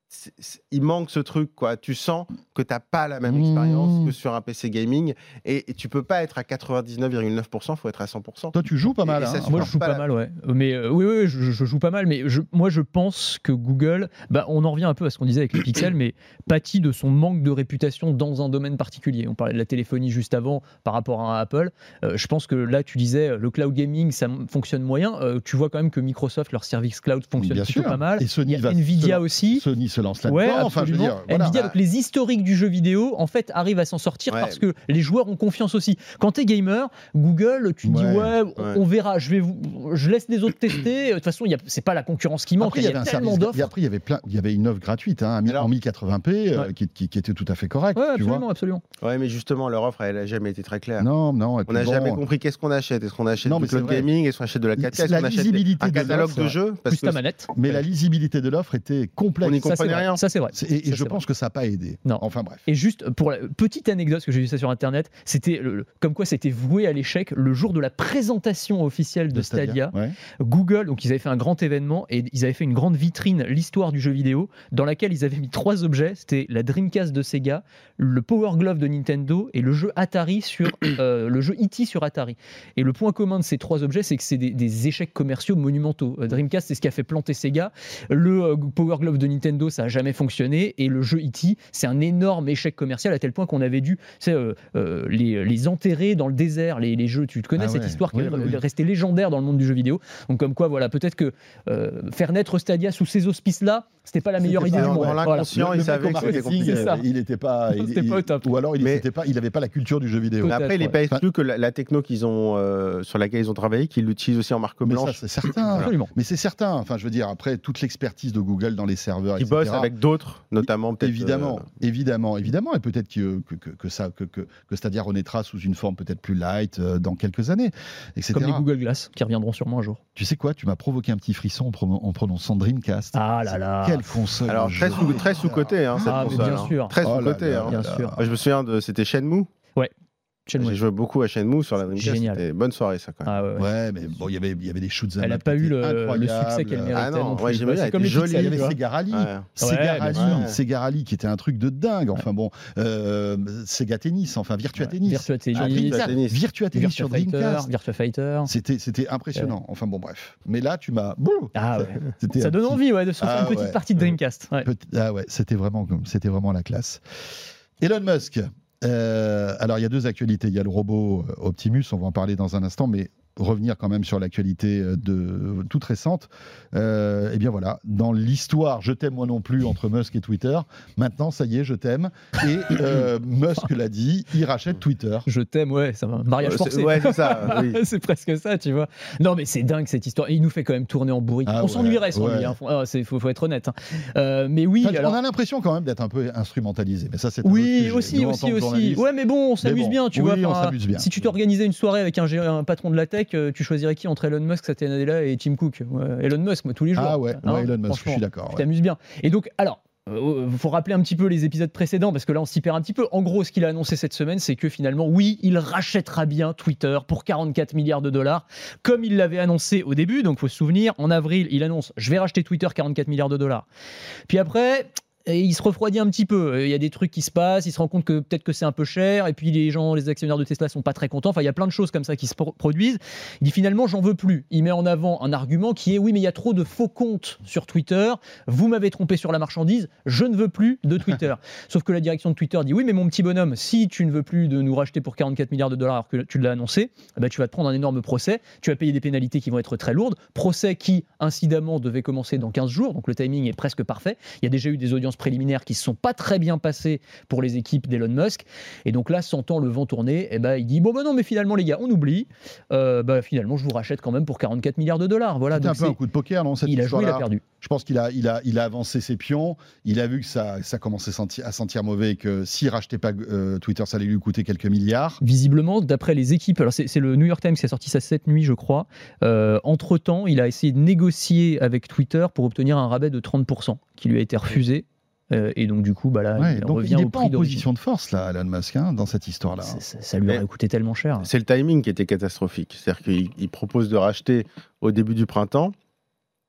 c'est, c'est, il manque ce truc, quoi. Tu sens que tu n'as pas la même expérience Mmh. que sur un P C gaming et, et tu peux pas être à quatre-vingt-dix-neuf virgule neuf pour cent, il faut être à cent pour cent. Toi, tu joues pas mal. Et hein. ça suffit. Moi, je joue pas pas, la- mal, ouais. Mais euh, oui, oui, je, je joue pas mal. Mais je, moi, je pense que Google, bah, on en revient un peu à ce qu'on disait avec les pixels, mais pâtit de son manque de réputation dans un domaine particulier. On parlait de la téléphonie juste avant par rapport à Apple. Euh, je pense que là, tu disais, le cloud gaming, ça m- fonctionne moyen. Euh, tu vois quand même que Microsoft, leur service cloud fonctionne Bien plutôt sûr. pas mal. Et Sony Il y a va Nvidia se- aussi. Sony se lance là-dedans. Ouais, enfin, je veux absolument. dire, voilà. Nvidia, donc les historiques du jeu vidéo, en fait, arrivent à s'en sortir Ouais. parce que les joueurs ont confiance aussi. Quand t'es gamer, Google, tu te Ouais. dis ouais, Ouais. on verra. Je vais, vous, je laisse les autres tester. De toute façon, il y a- c'est pas la concurrence qui manque. Après, Il y a, un tellement service- d'offres. et après, il y avait plein, il y avait une offre gratuite hein, en Alors- mille quatre-vingts p euh, Ouais. qui, qui- qui était tout à fait correcte. Ouais, tu vois. absolument, absolument. Ouais, mais justement, leur offre, elle n'a jamais été très claire. Non, non. et On puis n'a bon, jamais compris qu'est-ce qu'on achète. Est-ce qu'on achète Non, du mais c'est cloud vrai. gaming? Est-ce qu'on achète de la quatre K? Est-ce La qu'on achète lisibilité un de catalogue l'offre, de jeux? Parce Plus que ta manette. Mais la lisibilité de l'offre était complexe. On y Ça, c'est comprenait vrai. rien. Ça, c'est vrai. C'est- Et, et Ça, je c'est pense que ça n'a pas aidé. Non. Enfin bref. Et juste pour la petite anecdote, parce que j'ai vu ça sur internet, c'était le- le- comme quoi c'était voué à l'échec le jour de la présentation officielle de Stadia. Ouais. Google, donc ils avaient fait un grand événement et ils avaient fait une grande vitrine, l'histoire du jeu vidéo, dans laquelle ils avaient mis trois objets. C'était la Dreamcast de Sega, le Power Glove de Nintendo et le jeu Atari sur euh, le jeu E T sur Atari. Et le point commun de ces trois objets, c'est que c'est des, des échecs commerciaux monumentaux. Euh, Dreamcast, c'est ce qui a fait planter Sega. Le euh, Power Glove de Nintendo, ça a jamais fonctionné. Et le jeu E T, c'est un énorme échec commercial à tel point qu'on avait dû tu sais, euh, euh, les, les enterrer dans le désert. Les, les jeux, tu te connais Ah cette ouais. histoire qui Oui, est oui, oui. restée légendaire dans le monde du jeu vidéo. Donc comme quoi, voilà, peut-être que euh, faire naître Stadia sous ces auspices-là, c'était pas la meilleure C'était idée pas du dans monde. l'inconscient, Voilà. Conscient, Le- il le savait mec au que c'était marketing, compliqué. euh, il n'était pas, il- C'était il- pas au top. ou alors il Mais- n'était pas, il n'avait pas la culture du jeu vidéo. Peut-être. Mais après, il n'est ouais. pas exclu que la, la techno qu'ils ont, euh, sur laquelle ils ont travaillé, qu'ils l'utilisent aussi en marque Mais ça, blanche. c'est certain. Absolument. Mais c'est certain. Enfin, je veux dire, après toute l'expertise de Google dans les serveurs, Qui et cetera, bossent avec d'autres, notamment peut-être. Évidemment, euh, évidemment, évidemment, et peut-être que, que, que, que ça, que, que, que Stadia renaîtra sous une forme peut-être plus light euh, dans quelques années, et cetera. Comme les Google Glass, qui reviendront sûrement un jour. Tu sais quoi, tu m'as provoqué un petit frisson en, pro- en prononçant Dreamcast. Ah là là. Quelle console Alors, de très, jeu. sous, très sous-côté, hein, cette Ah, mais console. bien hein. sûr. Très Oh là sous-côté. là hein. Bien là sûr. là. Moi, je me souviens de. C'était Shenmue. Shenmue. J'ai joué beaucoup à Shenmue sur la Dreamcast. Génial. C'était bonne soirée, ça, quand même. Ah ouais, ouais. Ouais, mais bon, il y avait, il y avait des shoots. Elle n'a pas eu le, le succès qu'elle méritait. Ah non, non plus. ouais, j'aimais bien, C'est elle comme était les jolie, pixels, Il y avait tu vois. Sega Rally, Ouais. Sega Ouais, Rally, bien sûr. Sega Rally qui était un truc de dingue. Enfin bon, euh, Sega Tennis, enfin Virtua Ouais. Tennis. Virtua Tennis. Ah, Virtua Dreamcast. Tennis. Virtua Tennis Virtua sur Fighter, Dreamcast. Virtua Fighter. C'était, c'était impressionnant. Enfin bon, bref. Mais là, tu m'as. Bouh Ah ouais. C'était Ça un donne petit- envie ouais, de se faire Ah une petite ouais. partie de Dreamcast. Ouais. Peut- Ah ouais, c'était vraiment, c'était vraiment la classe. Elon Musk. Euh, alors, il y a deux actualités. Il y a le robot euh, Optimus, on va en parler dans un instant, mais revenir quand même sur l'actualité euh, de, toute récente. Euh, eh bien voilà, dans l'histoire Je t'aime moi non plus entre Musk et Twitter, maintenant, ça y est, je t'aime. Et euh, Musk l'a dit, il rachète Twitter. Je t'aime, ouais, ça va. Mariage Ouais, c'est- forcé. ouais, c'est ça, oui. c'est presque ça, tu vois. Non, mais c'est dingue cette histoire. Et il nous fait quand même tourner en bourrique. Ah On ouais, s'ennuierait sans ouais. lui. Il hein. faut, faut être honnête. hein. Euh, mais oui, Enfin, alors. On a l'impression quand même d'être un peu instrumentalisé, mais ça, c'est un autre Oui, sujet. aussi, Nous, en aussi, tant que aussi. journalistes, Ouais, mais bon, on s'amuse bon, bien, tu oui, vois. on Enfin, s'amuse bien. Si tu t'organisais une soirée avec un, gé- un patron de la tech, euh, tu choisirais qui entre Elon Musk, Satya Nadella et Tim Cook? Ouais, Elon Musk, moi, tous les jours. Ah ouais, Hein, ouais, Elon Musk, je franchement, suis d'accord. Tu ouais. t'amuses bien. Et donc, alors. Il faut rappeler un petit peu les épisodes précédents parce que là on s'y perd un petit peu. En gros, ce qu'il a annoncé cette semaine, c'est que finalement, oui, il rachètera bien Twitter pour quarante-quatre milliards de dollars, comme il l'avait annoncé au début. Donc, il faut se souvenir, en avril, il annonce « Je vais racheter Twitter quarante-quatre milliards de dollars ». Puis après... Et il se refroidit un petit peu. Il y a des trucs qui se passent, il se rend compte que peut-être que c'est un peu cher, et puis les gens, les actionnaires de Tesla sont pas très contents. Enfin, il y a plein de choses comme ça qui se pro- produisent. Il dit finalement, j'en veux plus. Il met en avant un argument qui est oui, mais il y a trop de faux comptes sur Twitter. Vous m'avez trompé sur la marchandise, je ne veux plus de Twitter. Sauf que la direction de Twitter dit oui, mais mon petit bonhomme, si tu ne veux plus de nous racheter pour quarante-quatre milliards de dollars alors que tu l'as annoncé, eh ben, tu vas te prendre un énorme procès. Tu vas payer des pénalités qui vont être très lourdes. Procès qui, incidemment, devait commencer dans quinze jours. Donc le timing est presque parfait. Il y a déjà eu des audiences préliminaires qui ne se sont pas très bien passées pour les équipes d'Elon Musk. Et donc là, sentant le vent tourner, eh ben, il dit bon, ben non, mais finalement, les gars, on oublie. Euh, ben, finalement, je vous rachète quand même pour quarante-quatre milliards de dollars. Voilà, C'était un donc peu un c'est- coup de poker, non cette il a joué, il a histoire-là perdu. Je pense qu'il a, il a, il a avancé ses pions. Il a vu que ça, ça commençait senti- à sentir mauvais et que s'il rachetait pas euh, Twitter, ça allait lui coûter quelques milliards. Visiblement, d'après les équipes, alors c'est, c'est le New York Times qui a sorti ça cette nuit, je crois. Euh, entre-temps, il a essayé de négocier avec Twitter pour obtenir un rabais de trente pour cent qui lui a été refusé. Euh, et donc, du coup, bah là, Ouais, il donc revient il n'est au pas prix en d'origine. position de force, là, Elon Musk, hein, dans cette histoire-là. Ça, ça- ça lui Mais- aurait coûté tellement cher. C'est le timing qui était catastrophique. C'est-à-dire qu'il il propose de racheter au début du printemps.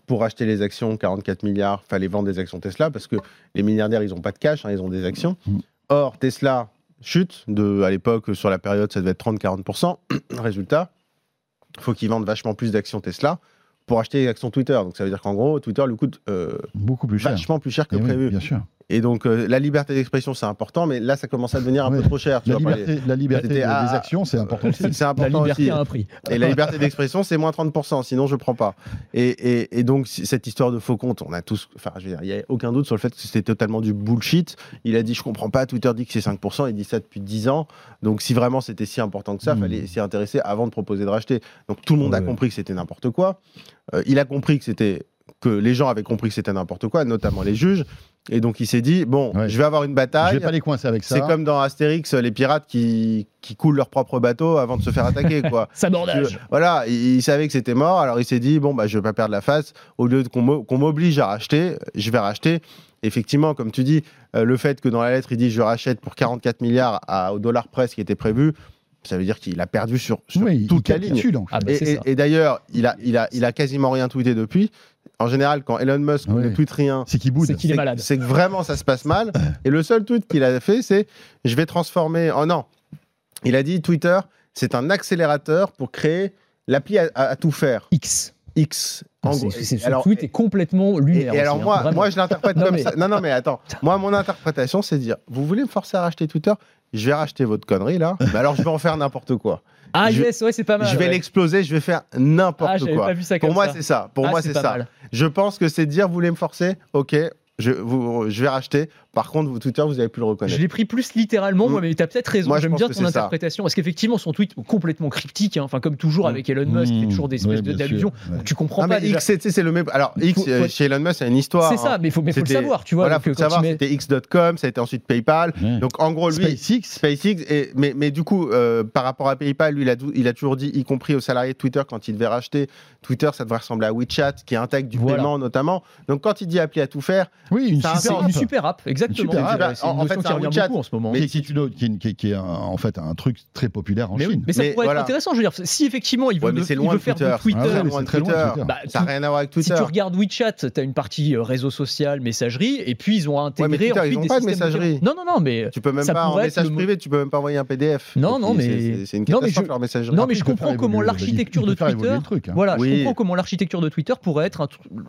pour acheter les actions, quarante-quatre milliards, fallait vendre des actions Tesla parce que les milliardaires, ils n'ont pas de cash, hein, ils ont des actions. Mmh. Or, Tesla chute, de, à l'époque, sur la période, ça devait être trente à quarante pour cent. Résultat, il faut qu'ils vendent vachement plus d'actions Tesla pour acheter les actions Twitter. Donc ça veut dire qu'en gros, Twitter lui coûte euh, beaucoup plus cher. vachement plus cher que Et prévu. Oui, bien sûr. Et donc, euh, la liberté d'expression, c'est important, mais là, ça commence à devenir un oui. peu trop cher. Tu la, vois, liberté, les... la liberté des à... actions, c'est important aussi. C'est, c'est important la liberté aussi. a un prix. Et la liberté d'expression, c'est moins trente pour cent, sinon je ne prends pas. Et, et, et donc, cette histoire de faux comptes, on a tous... Enfin, je veux dire, il n'y a aucun doute sur le fait que c'était totalement du bullshit. Il a dit, je ne comprends pas, Twitter dit que c'est cinq pour cent, il dit ça depuis dix ans. Donc, si vraiment c'était si important que ça, il mmh. fallait s'y intéresser avant de proposer de racheter. Donc, tout le monde ouais, a compris que c'était n'importe quoi. Euh, il a compris que c'était... que les gens avaient compris que c'était n'importe quoi, notamment les juges. Et donc, il s'est dit, bon, ouais. je vais avoir une bataille. Je vais pas les coincer avec ça. C'est comme dans Astérix, les pirates qui, qui coulent leur propre bateau avant de se faire attaquer, quoi. Sabordage. Voilà, il, il savait que c'était mort, alors il s'est dit, bon, bah, je vais pas perdre la face. Au lieu de, qu'on, qu'on m'oblige à racheter, je vais racheter. Effectivement, comme tu dis, euh, le fait que dans la lettre, il dit, je rachète pour quarante-quatre milliards à, au dollar près, ce qui était prévu, ça veut dire qu'il a perdu sur, sur oui, toute la ligne. Ah bah, et, et, et d'ailleurs, il a, il, a, il a quasiment rien tweeté depuis. En général, quand Elon Musk oui. ne tweet rien, c'est qu'il boude. C'est qu'il est malade. C'est que vraiment ça se passe mal. Et le seul tweet qu'il a fait, c'est je vais transformer. Oh non, il a dit Twitter, c'est un accélérateur pour créer l'appli à, à, à tout faire. X. X. En c'est, gros, c'est, ce alors, tweet est complètement lunaire. Et, et alors aussi, moi, hein, moi, je l'interprète non, comme mais... ça. Non, non, mais attends. Moi, mon interprétation, c'est de dire vous voulez me forcer à racheter Twitter ? Je vais racheter votre connerie là. Mais alors, je vais en faire n'importe quoi. Ah je, yes, ouais, c'est pas mal. Je vais ouais. l'exploser, je vais faire n'importe ah, quoi. Pas vu ça Pour comme moi, ça. c'est ça. Pour ah, moi, c'est, c'est pas ça. Mal. Je pense que c'est de dire, vous voulez me forcer ? Ok, je, vous, je vais racheter. Par contre, vous, Twitter, vous n'avez plus le reconnaître. Je l'ai pris plus littéralement, mmh. moi, mais tu as peut-être raison. Moi, J'aime bien ton interprétation. Ça. Parce qu'effectivement, son tweet est complètement cryptique. Hein. Enfin, comme toujours avec Elon Musk, mmh. il fait toujours des espèces ouais, d'allusions. Ouais. Tu comprends ah, pas. Mais X, c'est, c'est le même. Alors, X, faut, chez Elon Musk, c'est une histoire. C'est ça, mais il faut, mais faut le savoir. Tu vois, voilà, il faut le savoir. Met... C'était X point com, ça a été ensuite PayPal. Ouais. Donc, en gros, lui. SpaceX. SpaceX. Et, mais, mais du coup, euh, par rapport à PayPal, lui, il a, il a toujours dit, y compris aux salariés de Twitter, quand il devait racheter Twitter, ça devrait ressembler à WeChat, qui intègre du voilà. paiement notamment. Donc, quand il dit appli à tout faire. Oui, une super une super app, exactement. C'est une notion qui revient beaucoup en ce moment. Mais qui est, qui est un, en fait un truc très populaire en mais Chine. Oui, mais ça mais pourrait voilà. être intéressant. Je veux dire, si effectivement il veut, ouais, de, c'est il loin veut de faire Twitter. de Twitter, ah, ouais, c'est très loin de Twitter. Bah, ça n'a rien à voir avec Twitter. Si tu regardes WeChat, tu as une partie réseau social, messagerie, et puis ils ont intégré. Ouais, mais Twitter, ensuite ils n'ont des pas de messagerie. Non, non, non, mais tu peux même pas en message privé, tu peux même pas envoyer un P D F. Non, non, mais c'est une catastrophe leur messagerie. Non, mais je comprends comment l'architecture de Twitter. Voilà, je comprends comment l'architecture de Twitter pourrait être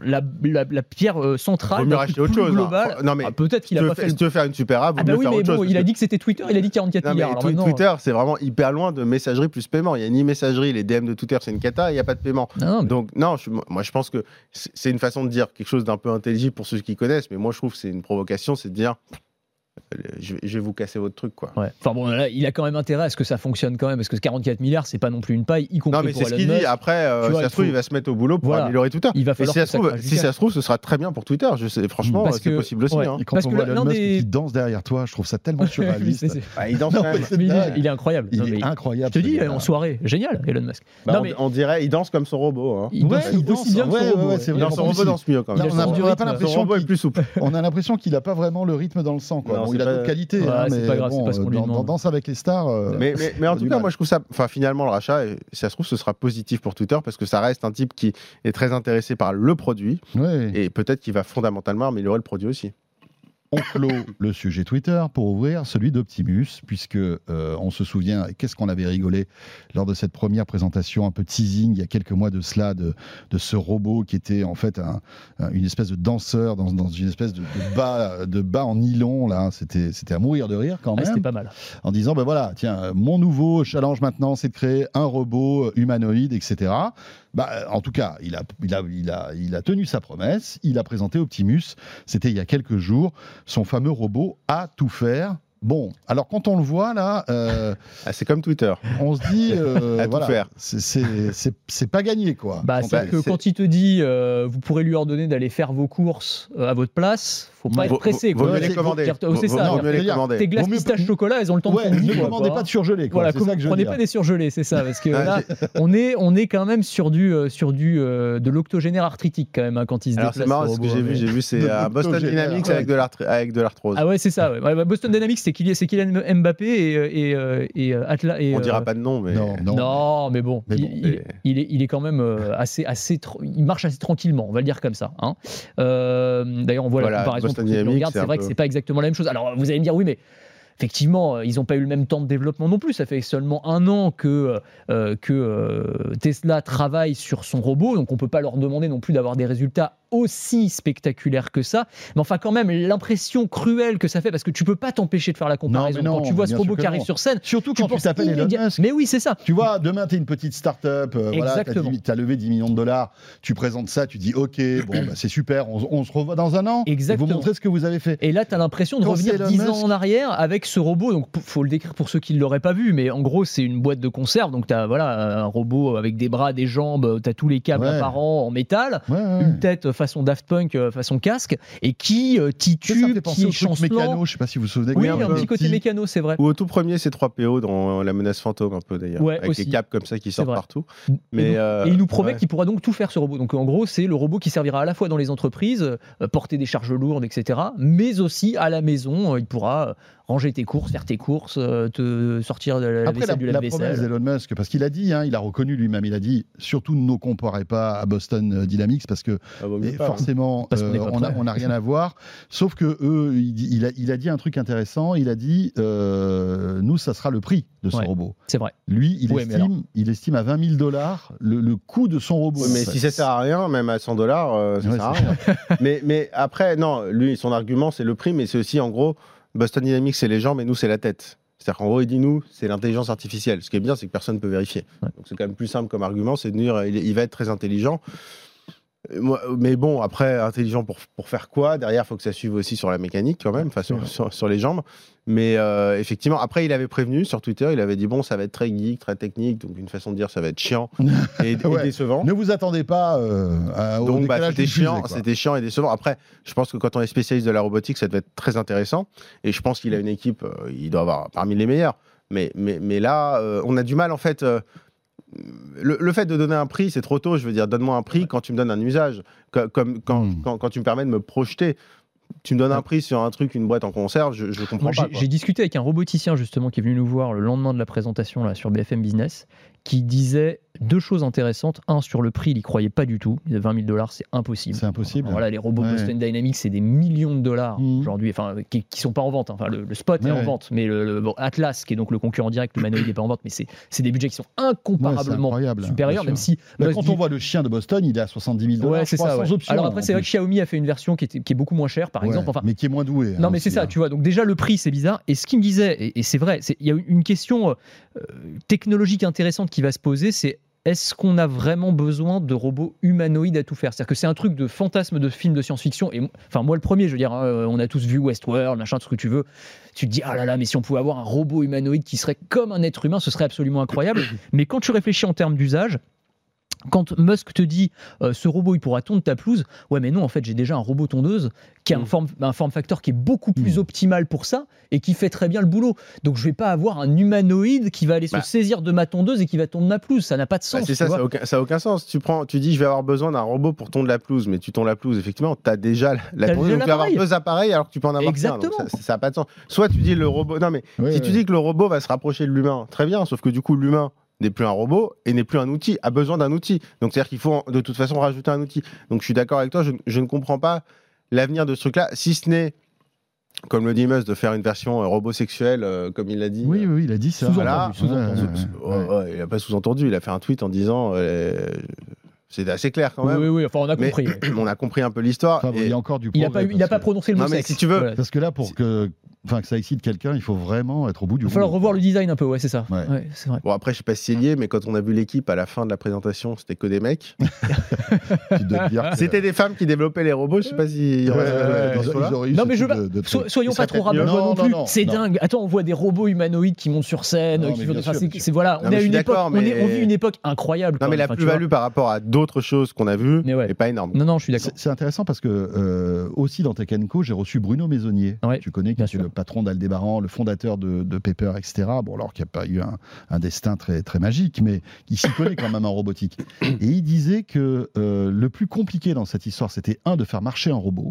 la pierre centrale. Vaut mieux racheter autre chose. Non, mais peut-être qu'il a pas fait. Si tu veux faire une super app, ah bah oui, mais bon, il a dit que c'était Twitter, il a dit quarante-quatre non, milliards. Alors Twitter, c'est vraiment hyper loin de messagerie plus paiement. Il n'y a ni messagerie, les D M de Twitter, c'est une cata, il n'y a pas de paiement. Non, mais... Donc, non, je, moi, je pense que c'est une façon de dire quelque chose d'un peu intelligible pour ceux qui connaissent, mais moi, je trouve que c'est une provocation, c'est de dire. Je vais vous casser votre truc, quoi. Ouais. Enfin bon, là, il a quand même intérêt à ce que ça fonctionne quand même, parce que quarante-quatre milliards, c'est pas non plus une paille, y compris non, mais pour c'est ce qu'il Musk. dit. Après, euh, si ça se trouve, il va se mettre au boulot pour voilà. améliorer Twitter. Il va falloir si, ça se trouve, si ça se trouve, ce sera très bien pour Twitter. Je sais, franchement, parce c'est que, possible aussi. Ouais. Hein. Et quand parce on que voit Elon Musk des... qui danse derrière toi, je trouve ça tellement surréaliste. c'est... Bah, il danse quand même. Il est, il est incroyable. Il non, est incroyable. Je te dis, en soirée, génial, Elon Musk. Bah, non, mais... on dirait, il danse comme son robot. Il danse aussi bien que son robot. Son robot danse mieux quand même. On n'a pas l'impression qu'il est plus souple. On a l'impression qu'il n'a pas vraiment le rythme dans le sang. Il a d'autres qualités. C'est pas grave, c'est pas ce qu'on lui demande. Danse avec les stars. Euh, mais, mais, mais en tout cas, moi je trouve ça. Enfin, finalement, le rachat, si ça se trouve, ce sera positif pour Twitter parce que ça reste un type qui est très intéressé par le produit ouais. et peut-être qu'il va fondamentalement améliorer le produit aussi. On clôt le sujet Twitter pour ouvrir celui d'Optimus, puisque euh, on se souvient, qu'est-ce qu'on avait rigolé lors de cette première présentation un peu teasing il y a quelques mois de cela, de, de ce robot qui était en fait un, un, une espèce de danseur dans, dans une espèce de, de, bas, de bas en nylon, là, c'était, c'était à mourir de rire quand même. Ah, c'était pas mal. En disant, ben voilà, tiens, mon nouveau challenge maintenant, c'est de créer un robot humanoïde, et cetera. Bah, en tout cas, il a, il, a, il, a, il a tenu sa promesse, il a présenté Optimus, c'était il y a quelques jours, son fameux robot à tout faire. Bon, alors quand on le voit là, euh, ah, c'est comme Twitter. On se dit, euh, à voilà, tout faire. C'est, c'est, c'est, c'est pas gagné quoi. Bah, c'est que c'est... quand il te dit, euh, vous pourrez lui ordonner d'aller faire vos courses euh, à votre place. Faut pas vaut, être pressé. Vaut mieux les commander. C'est ça. Vaut mieux les commander. Tes glaces pistache chocolat, elles ont le temps ouais, de fondre. Ne commandez pas de surgelé. Quoi. Voilà, c'est ça que je prenez veux pas dire. des surgelés, c'est ça, parce que là, on est, on est quand même sur du, sur du, euh, de l'octogénaire arthritique quand même hein, quand il se Alors déplace. c'est marrant, ce que j'ai vu, j'ai vu, c'est à Boston Dynamics avec de l'arthrose. Ah ouais, c'est ça. Ouais. Boston Dynamics, c'est c'est Kylian, c'est Kylian Mbappé et, et, et, et Atla. Et, On dira euh, pas de nom, mais. Non, non. non, mais bon, Mais il, bon, il- mais- il est, il est quand même euh, assez, assez, tr- il marche assez tranquillement, on va le dire comme ça. Hein. Euh, D'ailleurs, on voit Voilà, la comparaison. Boston pour ceux qui le Dynamics, regardent, c'est c'est un vrai que peu- c'est pas exactement la même chose. Alors, vous allez me dire, oui, mais effectivement, euh, ils n'ont pas eu le même temps de développement non plus. Ça fait seulement un an que, euh, que euh, Tesla travaille sur son robot, donc on peut pas leur demander non plus d'avoir des résultats aussi spectaculaires que ça. Mais enfin, quand même, l'impression cruelle que ça fait, parce que tu peux pas t'empêcher de faire la comparaison. mais non, Quand tu vois ce bien robot sûr que qui arrive non. sur scène, Surtout tu quand tu penses t'appelles Elon immédiat- Musk. Mais oui, c'est ça. Tu vois, demain, tu es une petite start-up, euh, voilà, tu Exactement. as levé dix millions de dollars, tu présentes ça, tu dis OK, bon, bah, c'est super, on, on se revoit dans un an, Exactement. vous montrez ce que vous avez fait. Et là, tu as l'impression de Quand revenir c'est Elon dix Musk- ans en arrière avec ce robot. Donc, il faut le décrire pour ceux qui ne l'auraient pas vu, mais en gros, c'est une boîte de conserve. Donc, tu as voilà, un robot avec des bras, des jambes, tu as tous les câbles Ouais. apparents en métal, Ouais, ouais. une tête façon Daft Punk, euh, façon casque, et qui euh, Tu sais, ça me titube, fait penser qui au est truc chancelant. mécano, je sais pas si vous vous souvenez. Oui, quand un on était petit côté petit. mécano, c'est vrai. Ou au tout premier, c'est trois P O dans La Menace Fantôme, un peu d'ailleurs. Ouais, avec aussi. les caps comme ça qui sortent vrai. partout. Et, Mais, donc- euh, et il nous promet ouais. qu'il pourra donc tout faire ce robot. Donc en gros, c'est le robot qui servira à la fois dans les entreprises, euh, porter des charges lourdes, et cetera, mais aussi à la maison. euh, Il pourra euh, ranger tes courses, faire tes courses, euh, te sortir de la Après, la, vaisselle du la promesse lave-vaisselle. d'Elon Musk, parce qu'il a dit, hein, il a reconnu lui-même, il a dit, surtout ne nous comparez pas à Boston Dynamics, parce que Ah, vaut mieux et pas, hein. forcément, Parce qu'on est euh, pas on n'a prêt. on a rien à voir. Sauf que eux, il, dit- il a, il a dit un truc intéressant, il a dit, euh, nous, ça sera le prix de ce Ouais. robot. C'est vrai. Lui, il, Ouais, mais estime, il estime à vingt mille dollars le, le coût de son robot. Oui, mais en fait. si ça sert à rien, même à cent dollars, euh, ça Ouais, sert à c'est rien. mais, mais après, non, lui, son argument, c'est le prix, mais c'est aussi, en gros, Boston Dynamics, c'est les jambes, et nous, c'est la tête. C'est-à-dire qu'en gros, il dit, nous, c'est l'intelligence artificielle. Ce qui est bien, c'est que personne ne peut vérifier. Ouais. Donc, c'est quand même plus simple comme argument, c'est de dire, il, il va être très intelligent. Euh, moi- Mais bon, après, intelligent pour, pour faire quoi? Derrière, il faut que ça suive aussi sur la mécanique, quand même, enfin, sur, sur, sur les jambes. Mais euh, effectivement, après, il avait prévenu sur Twitter, il avait dit, bon, ça va être très geek, très technique, donc une façon de dire, ça va être chiant et, et Ouais. décevant. Ne vous attendez pas euh, à, au Donc bah, décalage c'était d'une fusée, chiant, quoi. c'était chiant et décevant. Après, je pense que quand on est spécialiste de la robotique, ça devait être très intéressant. Et je pense qu'il a une équipe, euh, il doit avoir parmi les meilleurs. Mais, mais, mais là, euh, on a du mal en fait. euh, le, le fait de donner un prix, c'est trop tôt. Je veux dire, donne-moi un prix quand tu me donnes un usage, Co- comme quand, Mm. quand, quand tu me permets de me projeter. Tu me donnes un Ouais. prix sur un truc, une boîte en conserve, je, je comprends Moi, pas. j'ai quoi. j'ai discuté avec un roboticien justement qui est venu nous voir le lendemain de la présentation là, sur B F M Business, qui disait deux choses intéressantes. Un, sur le prix, il n'y croyait pas du tout. Il disait vingt mille dollars, c'est impossible. C'est impossible. Voilà, les robots Ouais. Boston Dynamics, c'est des millions de dollars Mhm. aujourd'hui, enfin, qui ne sont pas en vente. Enfin, le, le spot Ouais, est en ouais. vente, mais le, le- bon, Atlas, qui est donc le concurrent direct, le humanoïde n'est pas en vente, mais c'est c'est des budgets qui sont Ouais, c'est incomparablement incroyable, supérieurs, bien même sûr. si. Mais Musk quand dit- on voit le chien de Boston, il est à soixante-dix mille dollars, Ouais, c'est ça. sans ouais. option. Alors après, en c'est vrai que plus. Xiaomi a fait une version qui, était, qui est beaucoup moins chère, par Ouais, exemple. Enfin, mais qui est moins doué. non, hein, mais c'est aussi, ça, hein. tu vois. Donc, déjà, le prix, c'est bizarre. Et ce qu'il me disait, et, et c'est vrai, c'est- il y a une question euh, technologique intéressante qui va se poser, c'est est-ce qu'on a vraiment besoin de robots humanoïdes à tout faire? C'est-à-dire que c'est un truc de fantasme de film de science-fiction. Et enfin, moi, le premier, je veux dire, hein, on a tous vu Westworld, machin, tout ce que tu veux. Tu te dis, ah là là, mais si on pouvait avoir un robot humanoïde qui serait comme un être humain, ce serait absolument incroyable. Mais quand tu réfléchis en termes d'usage, quand Musk te dit euh, ce robot il pourra tondre ta pelouse, ouais mais non en fait j'ai déjà un robot tondeuse qui a un Mm. form, un form factor qui est beaucoup plus Mm. optimal pour ça et qui fait très bien le boulot. Donc je vais pas avoir un humanoïde qui va aller Bah. se saisir de ma tondeuse et qui va tondre ma pelouse, ça n'a pas de Bah, sens. c'est tu ça, vois. ça n'a aucun, ça a aucun sens. Tu, prends, tu dis, je vais avoir besoin d'un robot pour tondre la pelouse, mais tu tonds la pelouse, effectivement, tu as déjà la T'as tondeuse. déjà Donc tu vas avoir l'appareil. deux appareils alors que tu peux en avoir qu'un. Exactement. Donc ça n'a pas de sens. Soit tu dis le robot. Non, mais Ouais, si ouais. tu dis que le robot va se rapprocher de l'humain, très bien, sauf que du coup, l'humain n'est plus un robot et n'est plus un outil, a besoin d'un outil. Donc c'est-à-dire qu'il faut de toute façon rajouter un outil. Donc je suis d'accord avec toi, je, je ne comprends pas l'avenir de ce truc-là, si ce n'est, comme le dit Musk, de faire une version euh, robot sexuelle, euh, comme il l'a dit. Oui, oui, il a dit ça. Sous-entendu, Voilà. sous-entendu. Ouais, ouais, ouais. Oh, ouais, il n'a pas sous-entendu, il a fait un tweet en disant. euh, c'est assez clair quand Oui, même. oui, oui, enfin on a Mais compris. ouais. on a compris un peu l'histoire. Enfin, bon, et- il y a encore du Il n'a progrès, pas, eu- il a parce pas que- prononcé le mot Non, mais sexe. si tu veux- Voilà. Parce que là, pour que, enfin, que ça excite quelqu'un, il faut vraiment être au bout du Il va falloir rouleau. revoir le design un peu, ouais, c'est ça. Ouais. Ouais, c'est vrai. Bon, après, je sais pas si c'est lié, mais quand on a vu l'équipe à la fin de la présentation, c'était que des mecs. Tu dois te dire que- C'était des femmes qui développaient les robots. Je sais pas si. Ouais, ouais, ouais, dans ils- ce ils là. auraient eu Non ce mais je type veux de- de so- truc. soyons Ça pas serait trop peut-être mieux. rabat-joie non, Non, plus. non, non, C'est non. dingue. Attends, on voit des robots humanoïdes qui montent sur scène. Non, qui mais font- bien enfin, sûr, c'est- bien c'est sûr. voilà, Non, on mais a je une suis époque, d'accord, on, est- mais- on vit une époque incroyable. Non, quoi. mais la Enfin, tu vois. plus-value par rapport à d'autres choses qu'on a vues Mais ouais. n'est pas énorme. Non non, je suis d'accord. C'est c'est intéressant parce que euh, aussi dans Tech and Co, j'ai reçu Bruno Maisonnier. Ouais, Tu connais, qui bien est sûr. le patron d'Aldébaran, le fondateur de, de Pepper, et cetera. Bon, alors qu'il n'y a pas eu un, un destin très, très magique, mais il s'y connaît quand même en robotique. Et il disait que euh, le plus compliqué dans cette histoire, c'était un, de faire marcher un robot.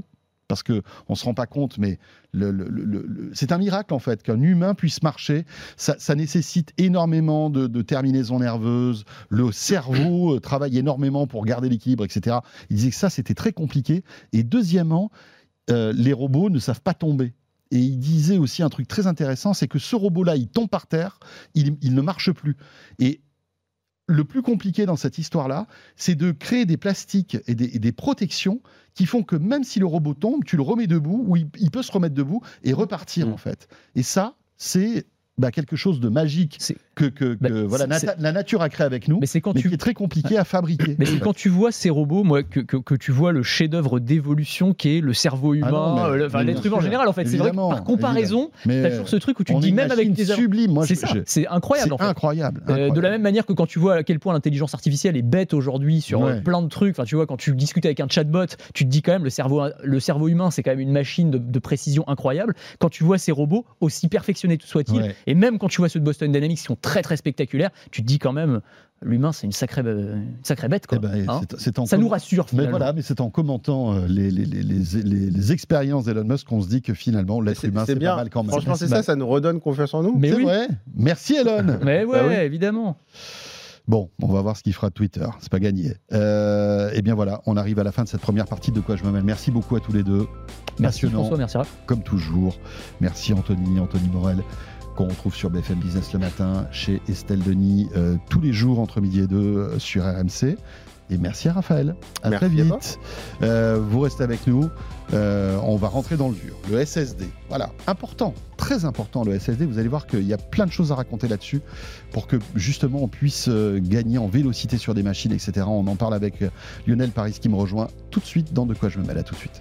parce qu'on ne se rend pas compte, mais le, le, le, le, c'est un miracle en fait qu'un humain puisse marcher. Ça, ça nécessite énormément de, de terminaisons nerveuses. Le cerveau travaille énormément pour garder l'équilibre, et cetera. Il disait que ça, c'était très compliqué. Et deuxièmement, euh, les robots ne savent pas tomber. Et il disait aussi un truc très intéressant, c'est que ce robot-là, il tombe par terre, il, il ne marche plus. Et le plus compliqué dans cette histoire-là, c'est de créer des plastiques et des, et des protections qui font que même si le robot tombe, tu le remets debout, ou il, il peut se remettre debout et repartir, mmh. en fait. Et ça, c'est... Bah, quelque chose de magique c'est... que, que, que bah, voilà, nata- la nature a créé avec nous, mais, c'est quand mais tu... qui est très compliqué à fabriquer. Mais c'est quand tu vois ces robots, moi, que, que, que tu vois le chef-d'œuvre d'évolution qui est le cerveau humain, ah non, mais, le, enfin, l'être humain en général. En fait, c'est vrai que par comparaison, tu as toujours ce truc où tu te dis même avec tes sublime. Moi, c'est je, ça, je... c'est incroyable. C'est en fait. incroyable, incroyable. Euh, de la même manière que quand tu vois à quel point l'intelligence artificielle est bête aujourd'hui sur ouais. plein de trucs. Enfin, tu vois, quand tu discutes avec un chatbot, tu te dis quand même le cerveau, le cerveau humain, c'est quand même une machine de, de précision incroyable. Quand tu vois ces robots, aussi perfectionnés soient-ils, ouais. et même quand tu vois ceux de Boston Dynamics qui sont très très spectaculaires, tu te dis quand même l'humain c'est une sacrée, une sacrée bête quoi. Eh ben, hein c'est, c'est ça com- nous rassure finalement. Mais voilà, mais c'est en commentant euh, les, les, les, les, les, les expériences d'Elon Musk qu'on se dit que finalement l'être c'est, humain c'est, c'est pas mal quand même. Franchement c'est, c'est ça, ça nous redonne confiance en nous. Mais c'est oui. vrai. Merci Elon. Mais ouais, bah oui. évidemment. Bon, on va voir ce qu'il fera de Twitter. C'est pas gagné. Euh, et bien voilà, on arrive à la fin de cette première partie de De quoi je me mêle. Merci beaucoup à tous les deux. Merci François, merci Raph. Comme toujours. Merci Anthony, Anthony Morel, qu'on retrouve sur B F M Business le matin, chez Estelle Denis, euh, tous les jours entre midi et deux euh, sur R M C. Et merci à Raphaël. À merci très vite. Euh, vous restez avec nous. Euh, on va rentrer dans le dur. Le S S D. Voilà. Important. Très important le S S D. Vous allez voir qu'il y a plein de choses à raconter là-dessus pour que justement on puisse euh, gagner en vélocité sur des machines, et cetera. On en parle avec euh, Lionel Paris qui me rejoint tout de suite dans De quoi je me mêle. À tout de suite.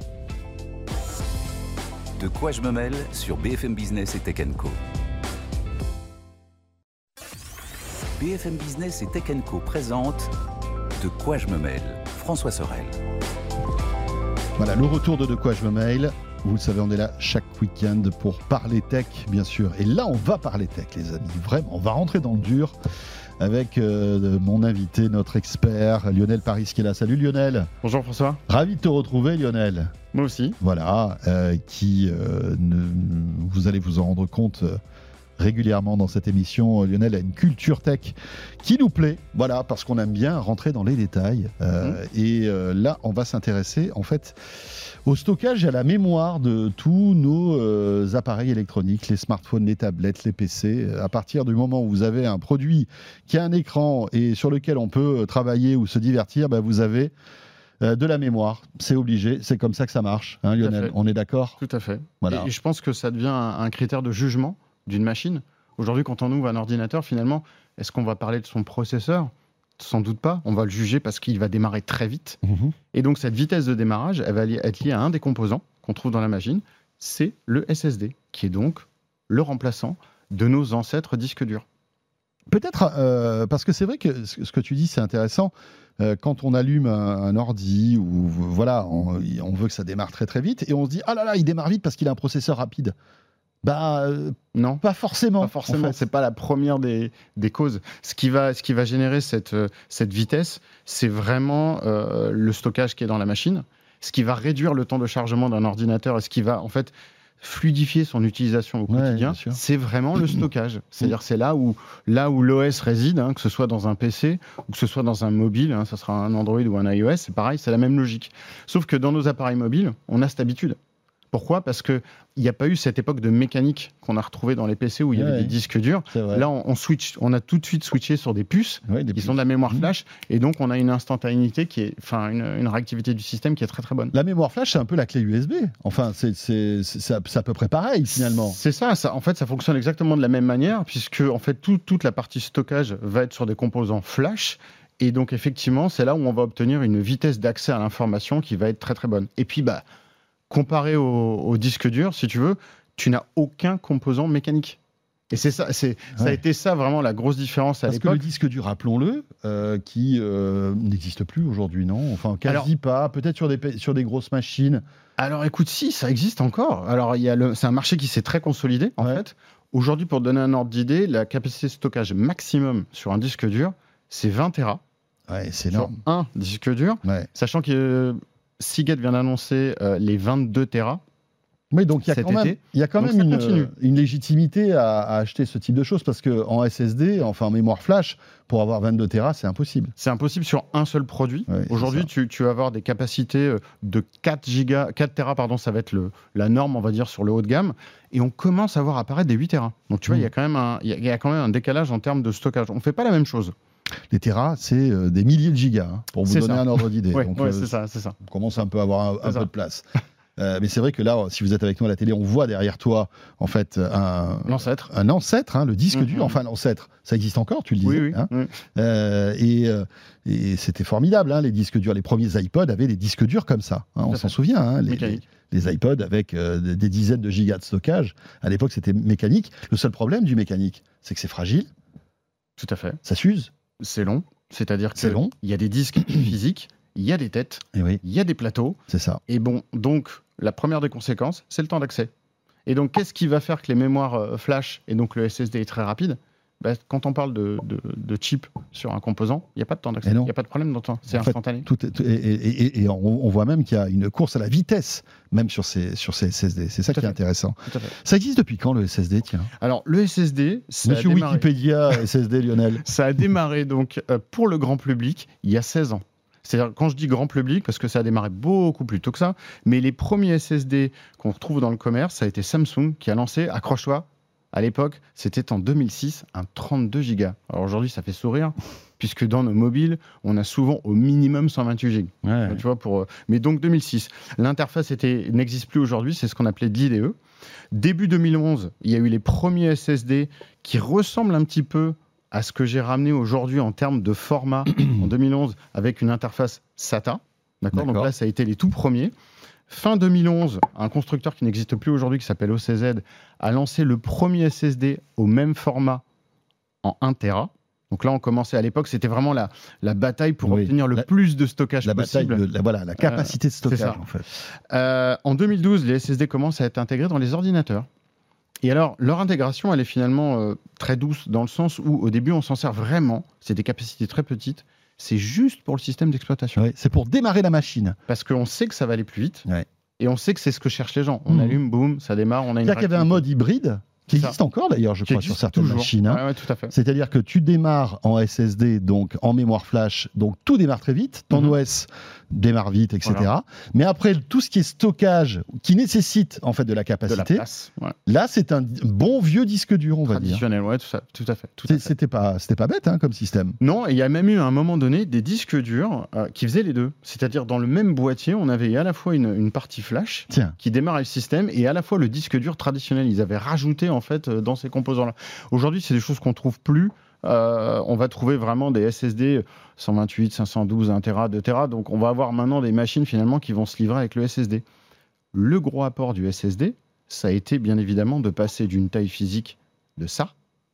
De quoi je me mêle sur B F M Business et Tech and Co. B F M Business et Tech and Co présente De quoi je me mêle, François Sorel. Voilà, le retour de De quoi je me mêle. Vous le savez, on est là chaque week-end pour parler tech, bien sûr. Et là, on va parler tech, les amis. Vraiment, on va rentrer dans le dur avec euh, mon invité, notre expert, Lionel Paris, qui est là. Salut Lionel. Bonjour François. Ravi de te retrouver, Lionel. Moi aussi. Voilà, euh, qui, euh, ne, vous allez vous en rendre compte... Euh, régulièrement dans cette émission, Lionel a une culture tech qui nous plaît, voilà, parce qu'on aime bien rentrer dans les détails. Euh, mmh. Et euh, là, on va s'intéresser en fait au stockage et à la mémoire de tous nos euh, appareils électroniques, les smartphones, les tablettes, les P C. À partir du moment où vous avez un produit qui a un écran et sur lequel on peut travailler ou se divertir, bah, vous avez euh, de la mémoire. C'est obligé, c'est comme ça que ça marche, hein, Lionel. On est d'accord ? Tout à fait. Voilà. Et, et je pense que ça devient un, un critère de jugement d'une machine. Aujourd'hui, quand on ouvre un ordinateur, finalement, est-ce qu'on va parler de son processeur ? Sans doute pas. On va le juger parce qu'il va démarrer très vite. Mmh. Et donc, cette vitesse de démarrage, elle va être liée à un des composants qu'on trouve dans la machine. C'est le S S D, qui est donc le remplaçant de nos ancêtres disques durs. Peut-être, euh, parce que c'est vrai que ce que tu dis, c'est intéressant. Euh, quand on allume un, un ordi, ou voilà, on, on veut que ça démarre très très vite, et on se dit « Ah là là, il démarre vite parce qu'il a un processeur rapide ». Bah euh, non, pas forcément. Pas forcément. En fait. C'est pas la première des, des causes. Ce qui va, ce qui va générer cette, cette vitesse, c'est vraiment euh, le stockage qui est dans la machine. Ce qui va réduire le temps de chargement d'un ordinateur et ce qui va en fait fluidifier son utilisation au quotidien, ouais, c'est vraiment le stockage. C'est-à-dire c'est là où là où l'O S réside, hein, que ce soit dans un P C ou que ce soit dans un mobile, hein, ça sera un Android ou un iOS, c'est pareil, c'est la même logique. Sauf que dans nos appareils mobiles, on a cette habitude. Pourquoi ? Parce qu'il n'y a pas eu cette époque de mécanique qu'on a retrouvée dans les P C où il y ouais, avait des disques durs. Là, on, on, switch, on a tout de suite switché sur des puces ouais, des qui puces. sont de la mémoire flash. Mmh. Et donc, on a une instantanéité, qui est, enfin, une, une réactivité du système qui est très, très bonne. La mémoire flash, c'est un peu la clé U S B. Enfin, c'est, c'est, c'est, c'est, c'est à peu près pareil, finalement. C'est ça, ça. En fait, ça fonctionne exactement de la même manière, puisque en fait, tout, toute la partie stockage va être sur des composants flash. Et donc, effectivement, c'est là où on va obtenir une vitesse d'accès à l'information qui va être très, très bonne. Et puis, bah, comparé au, au disque dur, si tu veux, tu n'as aucun composant mécanique. Et c'est ça, c'est, ouais. ça a été ça vraiment la grosse différence à Parce l'époque. Parce que le disque dur, rappelons-le, euh, qui euh, n'existe plus aujourd'hui, non ? Enfin, quasi alors, pas, peut-être sur des, sur des grosses machines. Alors écoute, si, ça existe encore. Alors il y a le, c'est un marché qui s'est très consolidé, en ouais. fait. Aujourd'hui, pour donner un ordre d'idée, la capacité de stockage maximum sur un disque dur, c'est vingt téra. Ouais, c'est énorme. Sur un disque dur, ouais. sachant que Seagate vient d'annoncer euh, les vingt-deux Tera. Oui, donc il y a cet quand même, été. il y a quand Donc même ça une, continue. une légitimité à, à acheter ce type de choses parce qu'en S S D, enfin en mémoire flash, pour avoir vingt-deux Tera, c'est impossible. C'est impossible sur un seul produit. Ouais, c'est Aujourd'hui, ça. tu, tu vas avoir des capacités euh, de quatre gigas, quatre Tera, pardon, ça va être le, la norme, on va dire, sur le haut de gamme. Et on commence à voir apparaître des huit Tera. Donc tu vois, il Mmh. y a quand même un, il y a- il y a quand même un décalage en termes de stockage. On ne fait pas la même chose. Les Tera, c'est euh, des milliers de gigas, hein, pour vous C'est donner ça. un ordre d'idée. Ouais, Donc, ouais, euh, c'est ça, c'est ça. on commence un peu à avoir un, un C'est ça. peu de place. Euh, mais c'est vrai que là, si vous êtes avec nous à la télé, on voit derrière toi, en fait, un, L'ancêtre. un ancêtre, hein, le disque Mhm. dur. Enfin, l'ancêtre, ça existe encore, tu le disais. Oui, oui. hein. oui. Euh, et euh, et c'était formidable, hein, les disques durs. Les premiers iPods avaient des disques durs comme ça. hein, on à s'en fait. souvient. hein, les, les, Mécanique. les iPods avec euh, des, des dizaines de gigas de stockage. À l'époque, c'était mécanique. Le seul problème du mécanique, c'est que c'est fragile, Tout à fait. ça s'use. C'est long. C'est-à-dire C'est long. qu'il y a des disques physiques, il y a des têtes, Et oui, il y a des plateaux. c'est ça. Et bon, donc, la première des conséquences, c'est le temps d'accès. Et donc, qu'est-ce qui va faire que les mémoires euh, flash et donc le S S D est très rapide? Bah, quand on parle de, de, de chip sur un composant, il n'y a pas de temps d'accès. Et Il non. n'y a pas de problème dans le temps. C'est En fait, instantané. Tout est- tout- et et- et- et on, on voit même qu'il y a une course à la vitesse, même sur ces, sur ces S S D. C'est ça Tout qui est à fait. intéressant. Tout à fait. Ça existe depuis quand le S S D, tiens Alors, le S S D, ça a Monsieur démarré, Wikipédia, S S D, Lionel. ça a démarré donc, euh, pour le grand public il y a seize ans. C'est-à-dire, quand je dis grand public, parce que ça a démarré beaucoup plus tôt que ça, mais les premiers S S D qu'on retrouve dans le commerce, ça a été Samsung qui a lancé, accroche-toi, à l'époque, c'était en deux mille six, un trente-deux gigas. Alors aujourd'hui, ça fait sourire, puisque dans nos mobiles, on a souvent au minimum cent vingt-huit gigas. Ouais. Tu vois, pour, euh, mais donc deux mille six. L'interface était, n'existe plus aujourd'hui, c'est ce qu'on appelait de l'I D E. Début deux mille onze, il y a eu les premiers S S D qui ressemblent un petit peu à ce que j'ai ramené aujourd'hui en termes de format en deux mille onze avec une interface SATA. D'accord. Donc D'accord. là, ça a été les tout premiers. Fin deux mille onze, un constructeur qui n'existe plus aujourd'hui, qui s'appelle O C Z, a lancé le premier S S D au même format en un Tera. Donc là, on commençait à l'époque, c'était vraiment la, la bataille pour Oui. obtenir le La- plus de stockage La bataille, possible. de, la, voilà, la capacité de stockage, ça. en fait. Euh, en deux mille douze, les S S D commencent à être intégrés dans les ordinateurs. Et alors, leur intégration, elle est finalement euh, très douce, dans le sens où, au début, on s'en sert vraiment. C'est des capacités très petites. C'est juste pour le système d'exploitation. Ouais, c'est pour démarrer la machine. Parce qu'on sait que ça va aller plus vite. Ouais. Et on sait que c'est ce que cherchent les gens. On Mhm. allume, boum, ça démarre, on a une C'est-à-dire qu'il y avait un mode hybride qui C'est ça. existe encore d'ailleurs, je qui crois, sur existe certaines toujours. machines. hein. Ouais, ouais, tout à fait. C'est-à-dire que tu démarres en S S D, donc en mémoire flash, donc tout démarre très vite, ton Mhm. O S démarre vite, et cetera. Voilà. Mais après, tout ce qui est stockage, qui nécessite en fait de la De la capacité, place. Ouais. là c'est un bon vieux disque dur, on va dire. Traditionnel, ouais, tout, ça, tout à fait. Tout à C'est- fait. C'était pas, c'était pas bête hein, comme système. Non, et il y a même eu à un moment donné des disques durs euh, qui faisaient les deux. C'est-à-dire, dans le même boîtier, on avait à la fois une, une partie flash Tiens, qui démarrait le système et à la fois le disque dur traditionnel. Ils avaient rajouté en fait euh, dans ces composants-là. Aujourd'hui, c'est des choses qu'on trouve plus. Euh, on va trouver vraiment des S S D cent vingt-huit, cinq cent douze, un Tera, deux Tera. Donc, on va avoir maintenant des machines finalement qui vont se livrer avec le S S D. Le gros apport du S S D, ça a été bien évidemment de passer d'une taille physique de ça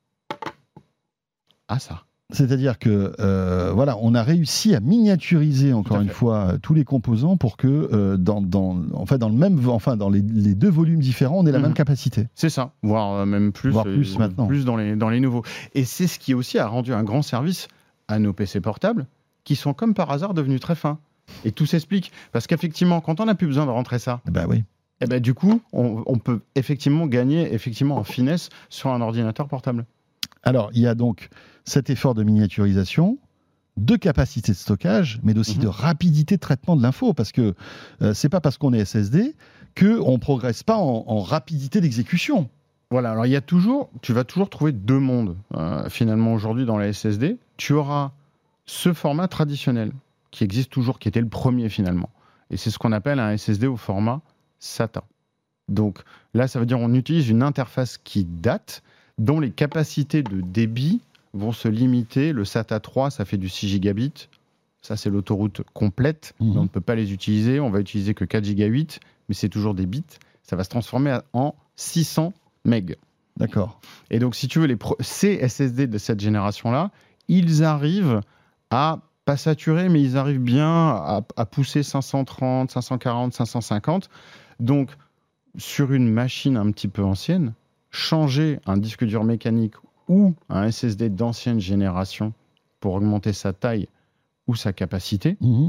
à ça. c'est-à-dire que euh, voilà, on a réussi à miniaturiser encore Tout à une fait. fois euh, tous les composants pour que euh, dans, dans, en fait, dans le même, enfin dans les, les deux volumes différents, on ait la Mhm. même capacité. C'est ça, voire euh, même plus, Voire euh, plus maintenant. plus dans les, dans les nouveaux. Et c'est ce qui aussi a rendu un grand service à nos P C portables, qui sont comme par hasard devenus très fins. Et tout s'explique, parce qu'effectivement, quand on n'a plus besoin de rentrer ça, Ben oui. eh ben, du coup, on, on peut effectivement gagner effectivement en finesse sur un ordinateur portable. Alors, il y a donc cet effort de miniaturisation, de capacité de stockage, mais aussi Mhm. de rapidité de traitement de l'info, parce que euh, c'est pas parce qu'on est S S D qu'on ne progresse pas en, en rapidité d'exécution. Voilà, alors il y a toujours, tu vas toujours trouver deux mondes euh, finalement aujourd'hui dans la S S D. Tu auras ce format traditionnel qui existe toujours, qui était le premier finalement. Et c'est ce qu'on appelle un S S D au format SATA. Donc là, ça veut dire qu'on utilise une interface qui date, dont les capacités de débit vont se limiter. Le SATA trois, ça fait du six gigabits. Ça, c'est l'autoroute complète. Mhm. Mais on ne peut pas les utiliser. On va utiliser que quatre giga huit, mais c'est toujours des bits. Ça va se transformer à- en six cents meg. D'accord. Et donc, si tu veux, les pro- ces S S D de cette génération-là, ils arrivent à pas saturer, mais ils arrivent bien à, à pousser cinq cent trente, cinq cent quarante, cinq cent cinquante. Donc, sur une machine un petit peu ancienne, changer un disque dur mécanique ou un S S D d'ancienne génération pour augmenter sa taille ou sa capacité, Mhm.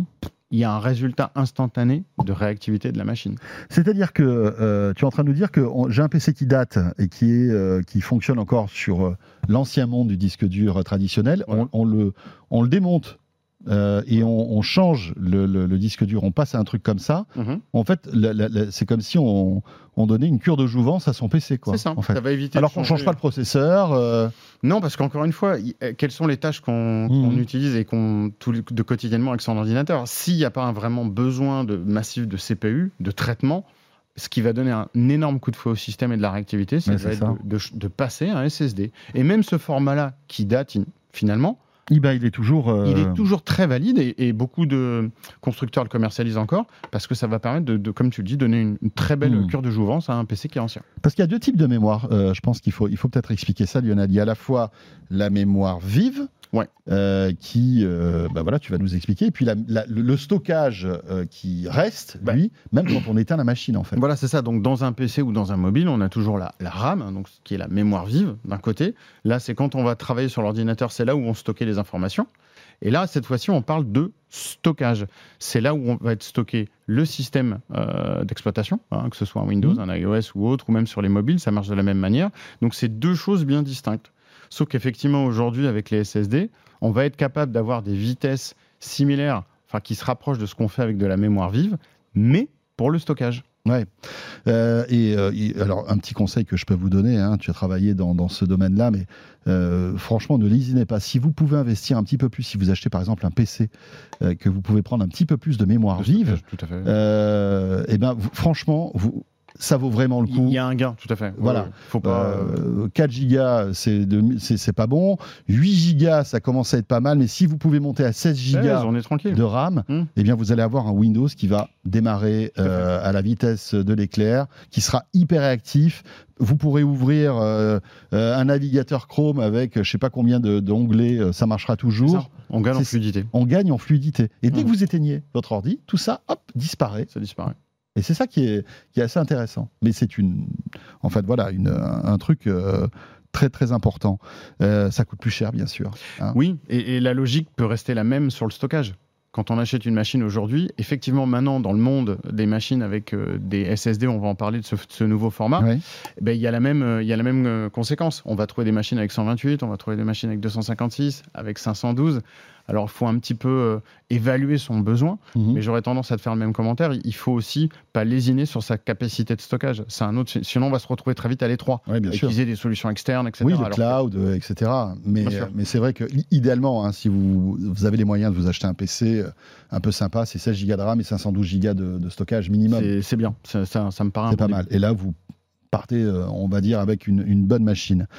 il y a un résultat instantané de réactivité de la machine. C'est-à-dire que euh, tu es en train de nous dire que on, j'ai un P C qui date et qui, est, euh, qui fonctionne encore sur euh, l'ancien monde du disque dur euh, traditionnel. Voilà. On, on, le, on le démonte euh, et on, on change le, le, le disque dur. On passe à un truc comme ça. Mm-hmm. En fait, la, la, la, c'est comme si on, on donnait une cure de jouvence à son P C. Quoi, c'est ça, en fait. ça va éviter. Alors qu'on ne change pas le processeur. Euh... Non, parce qu'encore une fois, y, quelles sont les tâches qu'on, mmh. qu'on utilise et qu'on tout, de quotidiennement avec son ordinateur? S'il n'y a pas un vraiment besoin de massif de C P U, de traitement, ce qui va donner un énorme coup de fouet au système et de la réactivité, c'est, c'est de, de, de passer à un S S D. Et même ce format-là, qui date in, finalement, Eh ben, il est toujours, euh... il est toujours très valide et, et beaucoup de constructeurs le commercialisent encore parce que ça va permettre de, de comme tu le dis, donner une, une très belle mmh. cure de jouvence à un P C qui est ancien. Parce qu'il y a deux types de mémoire. Euh, je pense qu'il faut, il faut peut-être expliquer ça, Lionel. Il y a à la fois la mémoire vive, ouais. euh, qui, euh, bah voilà, tu vas nous expliquer, et puis la, la, le stockage euh, qui reste, lui, ouais. même quand on éteint la machine, en fait. Voilà, c'est ça. Donc dans un P C ou dans un mobile, on a toujours la, la RAM, hein, donc qui est la mémoire vive d'un côté. Là, c'est quand on va travailler sur l'ordinateur, c'est là où on stockait les informations. Et là, cette fois-ci, on parle de stockage. C'est là où on va être stocké le système euh, d'exploitation, hein, que ce soit un Windows, mmh. un iOS ou autre, ou même sur les mobiles, ça marche de la même manière. Donc, c'est deux choses bien distinctes. Sauf qu'effectivement, aujourd'hui, avec les S S D, on va être capable d'avoir des vitesses similaires, enfin, qui se rapprochent de ce qu'on fait avec de la mémoire vive, mais pour le stockage. Ouais. Euh, et, euh, et alors, un petit conseil que je peux vous donner, hein, tu as travaillé dans, dans ce domaine-là, mais euh, franchement, ne lésinez pas. Si vous pouvez investir un petit peu plus, si vous achetez par exemple un P C, euh, que vous pouvez prendre un petit peu plus de mémoire vive, tout à fait. Euh, et ben, vous, franchement, vous. Ça vaut vraiment le coup. Il y a un gain, tout à fait. Voilà. Oui, faut pas... euh, quatre gigas, c'est, de, c'est, c'est pas bon. huit gigas, ça commence à être pas mal. Mais si vous pouvez monter à seize gigas ouais, de RAM, mmh. eh bien, vous allez avoir un Windows qui va démarrer euh, à la vitesse de l'éclair, qui sera hyper réactif. Vous pourrez ouvrir euh, euh, un navigateur Chrome avec je sais pas combien de, d'onglets, euh, ça marchera toujours. Ça. On gagne c'est, en fluidité. On gagne en fluidité. Et dès mmh. que vous éteignez votre ordi, tout ça, hop, disparaît. Ça disparaît. Et c'est ça qui est, qui est assez intéressant. Mais c'est une, en fait, voilà, une, un, un truc euh, très très important. Euh, ça coûte plus cher, bien sûr. Hein. Oui, et, et la logique peut rester la même sur le stockage. Quand on achète une machine aujourd'hui, effectivement, maintenant, dans le monde des machines avec euh, des S S D, on va en parler de ce, de ce nouveau format, oui. ben, il y a la même, euh, il y a la même euh, conséquence. On va trouver des machines avec cent vingt-huit, on va trouver des machines avec deux cent cinquante-six, avec cinq cent douze. Alors, il faut un petit peu euh, évaluer son besoin, mmh. mais j'aurais tendance à te faire le même commentaire. Il faut aussi pas lésiner sur sa capacité de stockage. C'est un autre, sinon, on va se retrouver très vite à l'étroit. Oui, bien utiliser sûr. des solutions externes, et cetera. Oui, le Alors cloud, que... et cetera. Mais, euh, mais c'est vrai que, idéalement, hein, si vous, vous avez les moyens de vous acheter un P C euh, un peu sympa, c'est seize gigas de RAM et cinq cent douze gigas de, de stockage minimum. C'est, c'est bien, ça, ça, ça me paraît c'est un pas bon mal. début. Et là, vous partez, euh, on va dire, avec une, une bonne machine.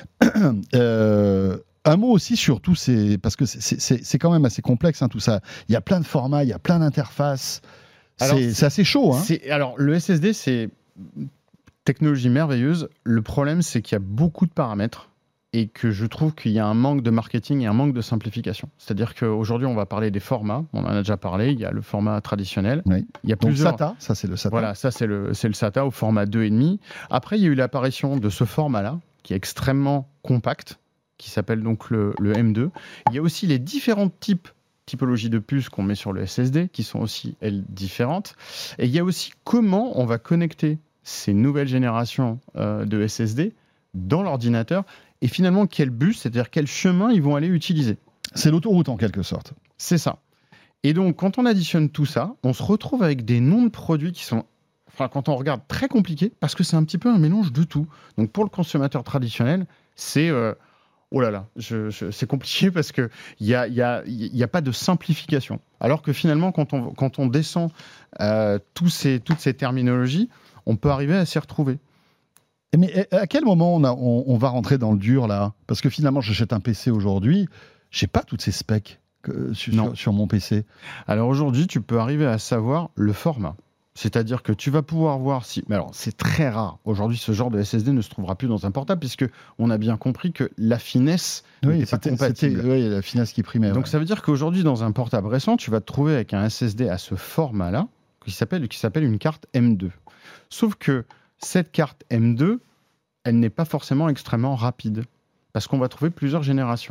euh, Un mot aussi sur tout ces... Parce que c'est, c'est, c'est quand même assez complexe, hein, tout ça. Il y a plein de formats, il y a plein d'interfaces. Alors, c'est, c'est assez chaud. Hein. C'est, alors, le S S D, c'est technologie merveilleuse. Le problème, c'est qu'il y a beaucoup de paramètres et que je trouve qu'il y a un manque de marketing et un manque de simplification. C'est-à-dire qu'aujourd'hui, on va parler des formats. On en a déjà parlé. Il y a le format traditionnel. Oui. Il y a Donc plusieurs... SATA, ça c'est le SATA. Voilà, ça c'est le, c'est le SATA au format deux virgule cinq. Après, il y a eu l'apparition de ce format-là, qui est extrêmement compact, qui s'appelle donc le, le M deux. Il y a aussi les différents types, typologies de puces qu'on met sur le S S D, qui sont aussi, elles, différentes. Et il y a aussi comment on va connecter ces nouvelles générations euh, de S S D dans l'ordinateur, et finalement quel bus, c'est-à-dire quel chemin ils vont aller utiliser. C'est l'autoroute en quelque sorte. C'est ça. Et donc, quand on additionne tout ça, on se retrouve avec des noms de produits qui sont, enfin, quand on regarde, très compliqués, parce que c'est un petit peu un mélange de tout. Donc, pour le consommateur traditionnel, c'est... Euh, oh là là, je, je, c'est compliqué parce qu'il n'y a, y a, y a pas de simplification. Alors que finalement, quand on, quand on descend euh, tous ces, toutes ces terminologies, on peut arriver à s'y retrouver. Mais à quel moment on, a, on, on va rentrer dans le dur, là ? Parce que finalement, j'achète un P C aujourd'hui, je n'ai pas toutes ces specs que, sur, sur, sur mon P C. Alors aujourd'hui, tu peux arriver à savoir le format. C'est-à-dire que tu vas pouvoir voir si... Mais alors, c'est très rare. Aujourd'hui, ce genre de S S D ne se trouvera plus dans un portable, puisqu'on a bien compris que la finesse oui, n'était pas compatible. Oui, la finesse qui primait. Donc, ouais. ça veut dire qu'aujourd'hui, dans un portable récent, tu vas te trouver avec un S S D à ce format-là, qui s'appelle, qui s'appelle une carte M deux. Sauf que cette carte M deux, elle n'est pas forcément extrêmement rapide, parce qu'on va trouver plusieurs générations.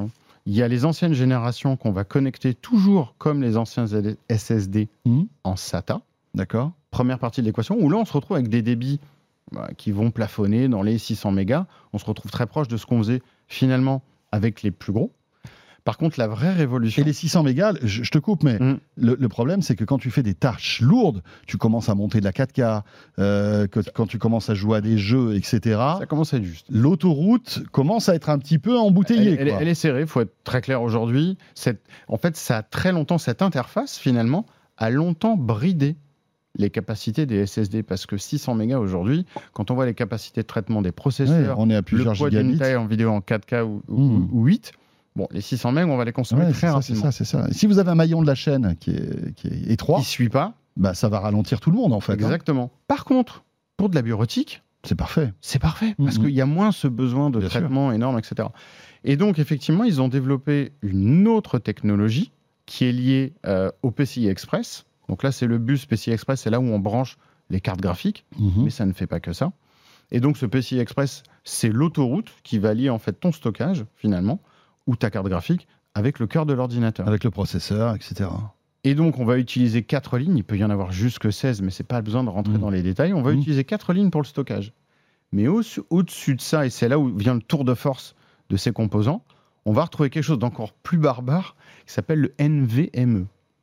Il y a les anciennes générations qu'on va connecter toujours comme les anciens S S D Mmh. en SATA. D'accord. Première partie de l'équation, où là, on se retrouve avec des débits bah, qui vont plafonner dans les six cents mégas. On se retrouve très proche de ce qu'on faisait finalement avec les plus gros. Par contre, la vraie révolution... Et les six cents mégas, je, je te coupe, mais Mmh. le, le problème, c'est que quand tu fais des tâches lourdes, tu commences à monter de la quatre K, euh, que, quand tu commences à jouer à des jeux, et cetera, Ça commence à être juste. l'autoroute commence à être un petit peu embouteillée. Elle, elle- quoi. elle est serrée, il faut être très clair aujourd'hui. Cette- En fait, ça a très longtemps, cette interface, finalement, a longtemps bridé les capacités des S S D. Parce que six cents mégas aujourd'hui, quand on voit les capacités de traitement des Ouais, processeurs, on est à le plusieurs poids d'une gigabits. taille en vidéo en quatre K ou, ou- Mmh. ou huit, bon, les six cents mégas, on va les consommer Ouais, très c'est ça, c'est rapidement. ça, c'est ça. Si vous avez un maillon de la chaîne qui est, qui est étroit, Qui ne suit pas, bah, ça va ralentir tout le monde en fait. hein. exactement. Par contre, pour de la bureautique, C'est parfait. c'est parfait, parce Mhm. qu'il y a moins ce besoin de Bien sûr. traitement énorme, et cetera. Et donc, effectivement, ils ont développé une autre technologie qui est liée euh, au P C I Express. Donc là, c'est le bus P C I Express, c'est là où on branche les cartes graphiques, Mhm. mais ça ne fait pas que ça. Et donc, ce P C I Express, c'est l'autoroute qui va lier en fait ton stockage, finalement, ou ta carte graphique, avec le cœur de l'ordinateur. Avec le processeur, et cetera. Et donc, on va utiliser quatre lignes. Il peut y en avoir jusque seize, mais ce n'est pas besoin de rentrer Mhm. dans les détails. On va Mhm. utiliser quatre lignes pour le stockage. Mais au- au-dessus de ça, et c'est là où vient le tour de force de ces composants, on va retrouver quelque chose d'encore plus barbare qui s'appelle le N V M E.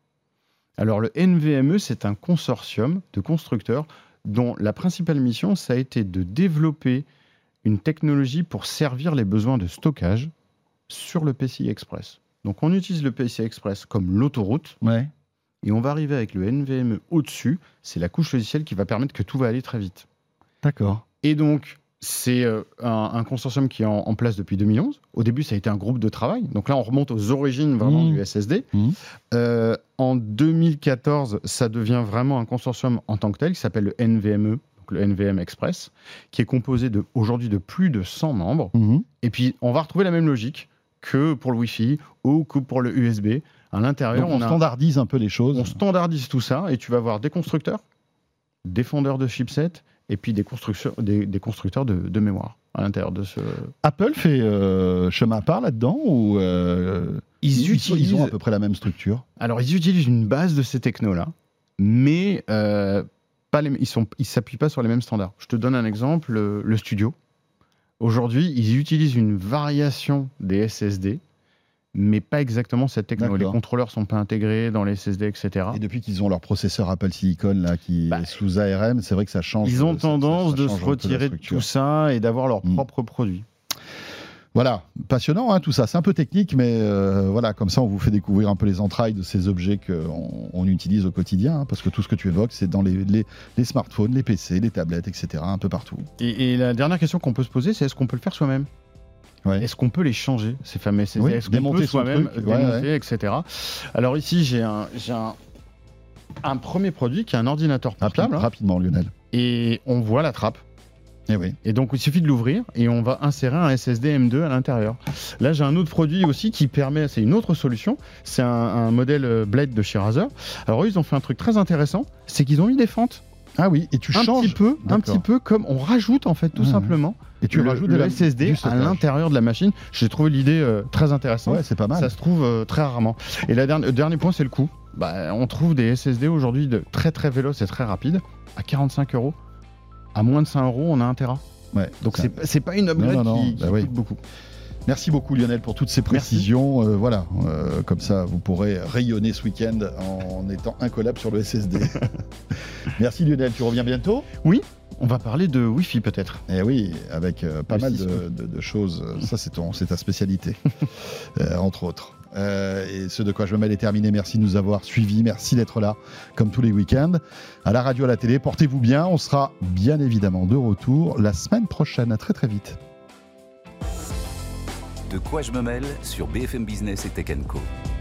Alors, le N V M E, c'est un consortium de constructeurs dont la principale mission, ça a été de développer une technologie pour servir les besoins de stockage sur le P C I Express. Donc, on utilise le P C I Express comme l'autoroute. Ouais. Et on va arriver avec le N V M E au-dessus. C'est la couche logicielle qui va permettre que tout va aller très vite. D'accord. Et donc, c'est euh, un, un consortium qui est en, en place depuis deux mille onze. Au début, ça a été un groupe de travail. Donc là, on remonte aux origines vraiment Mmh. du S S D. Mmh. Euh, en deux mille quatorze, ça devient vraiment un consortium en tant que tel qui s'appelle le N V M E, donc le N V M Express, qui est composé de, aujourd'hui de plus de cent membres. Mhm. Et puis, on va retrouver la même logique que pour le Wi-Fi ou que pour le U S B. À l'intérieur, Donc on, on a standardise un peu les choses. on standardise tout ça et tu vas voir des constructeurs, des fondeurs de chipsets et puis des constructeurs, des, des constructeurs de, de mémoire à l'intérieur de ce. Apple fait euh, chemin à part là-dedans ou euh, Ils ils, utilisent- ils ont à peu près la même structure. Alors, ils utilisent une base de ces technos-là, mais euh, pas les, ils ne ils s'appuient pas sur les mêmes standards. Je te donne un exemple, le, le studio. Aujourd'hui, ils utilisent une variation des S S D, mais pas exactement cette techno. D'accord. Les contrôleurs ne sont pas intégrés dans les S S D, et cetera. Et depuis qu'ils ont leur processeur Apple Silicon là, qui Bah, est sous A R M, c'est vrai que ça change. Ils ont ça- ça- tendance ça de change se un peu la retirer de structure. tout ça et d'avoir leur Mm. propre produit. Voilà, passionnant hein, tout ça. C'est un peu technique, mais euh, voilà, comme ça on vous fait découvrir un peu les entrailles de ces objets qu'on on utilise au quotidien, hein, parce que tout ce que tu évoques, c'est dans les, les- les smartphones, les P C, les tablettes, et cetera, un peu partout. Et, et la dernière question qu'on peut se poser, c'est est-ce qu'on peut le faire soi-même Ouais. Est-ce qu'on peut les changer, ces fameux S S D Oui, Est-ce qu'on démonter peut son soi-même truc, ouais, démonter, et cetera. Alors ici, j'ai un, j'ai un, un premier produit qui est un ordinateur Rapi- portable. hein, rapidement, Lionel. et on voit la trappe. Eh oui. Et donc, il suffit de l'ouvrir et on va insérer un S S D M deux à l'intérieur. Là, j'ai un autre produit aussi qui permet, c'est une autre solution, c'est un, un modèle euh, Blade de chez Razer. Alors, eux, ils ont fait un truc très intéressant, c'est qu'ils ont mis des fentes. Ah oui, et tu Un changes. petit peu, un D'accord. petit peu comme on rajoute en fait tout Ah, simplement Et tu le, rajoutes le de la, S S D du à stockage. l'intérieur de la machine. J'ai trouvé l'idée euh, très intéressante. Ouais, c'est pas mal. Ça se trouve euh, très rarement. Et la dernière- le dernier point, c'est le coût. Bah, on trouve des S S D aujourd'hui de très très véloces et très rapides à quarante-cinq euros. À moins de cinq euros, on a un Tera. Ouais, Donc ça- c'est pas- c'est pas une upgrade Non, non, non, qui, qui bah oui. coûte beaucoup. Merci beaucoup Lionel pour toutes ces précisions. Euh, voilà, euh, comme ça vous pourrez rayonner ce week-end en étant incollable sur le S S D. Merci Lionel, tu reviens bientôt. On va parler de Wi-Fi peut-être. Eh oui, avec euh, pas Le mal Cisco. de, de- de choses. Ça c'est ton, c'est ta spécialité, euh, entre autres. Euh, et ce de quoi je me mêle est terminé. Merci de nous avoir suivis. Merci d'être là, comme tous les week-ends. À la radio, à la télé, portez-vous bien. On sera bien évidemment de retour la semaine prochaine. À très très vite. De quoi je me mêle sur B F M Business et Tech and Co.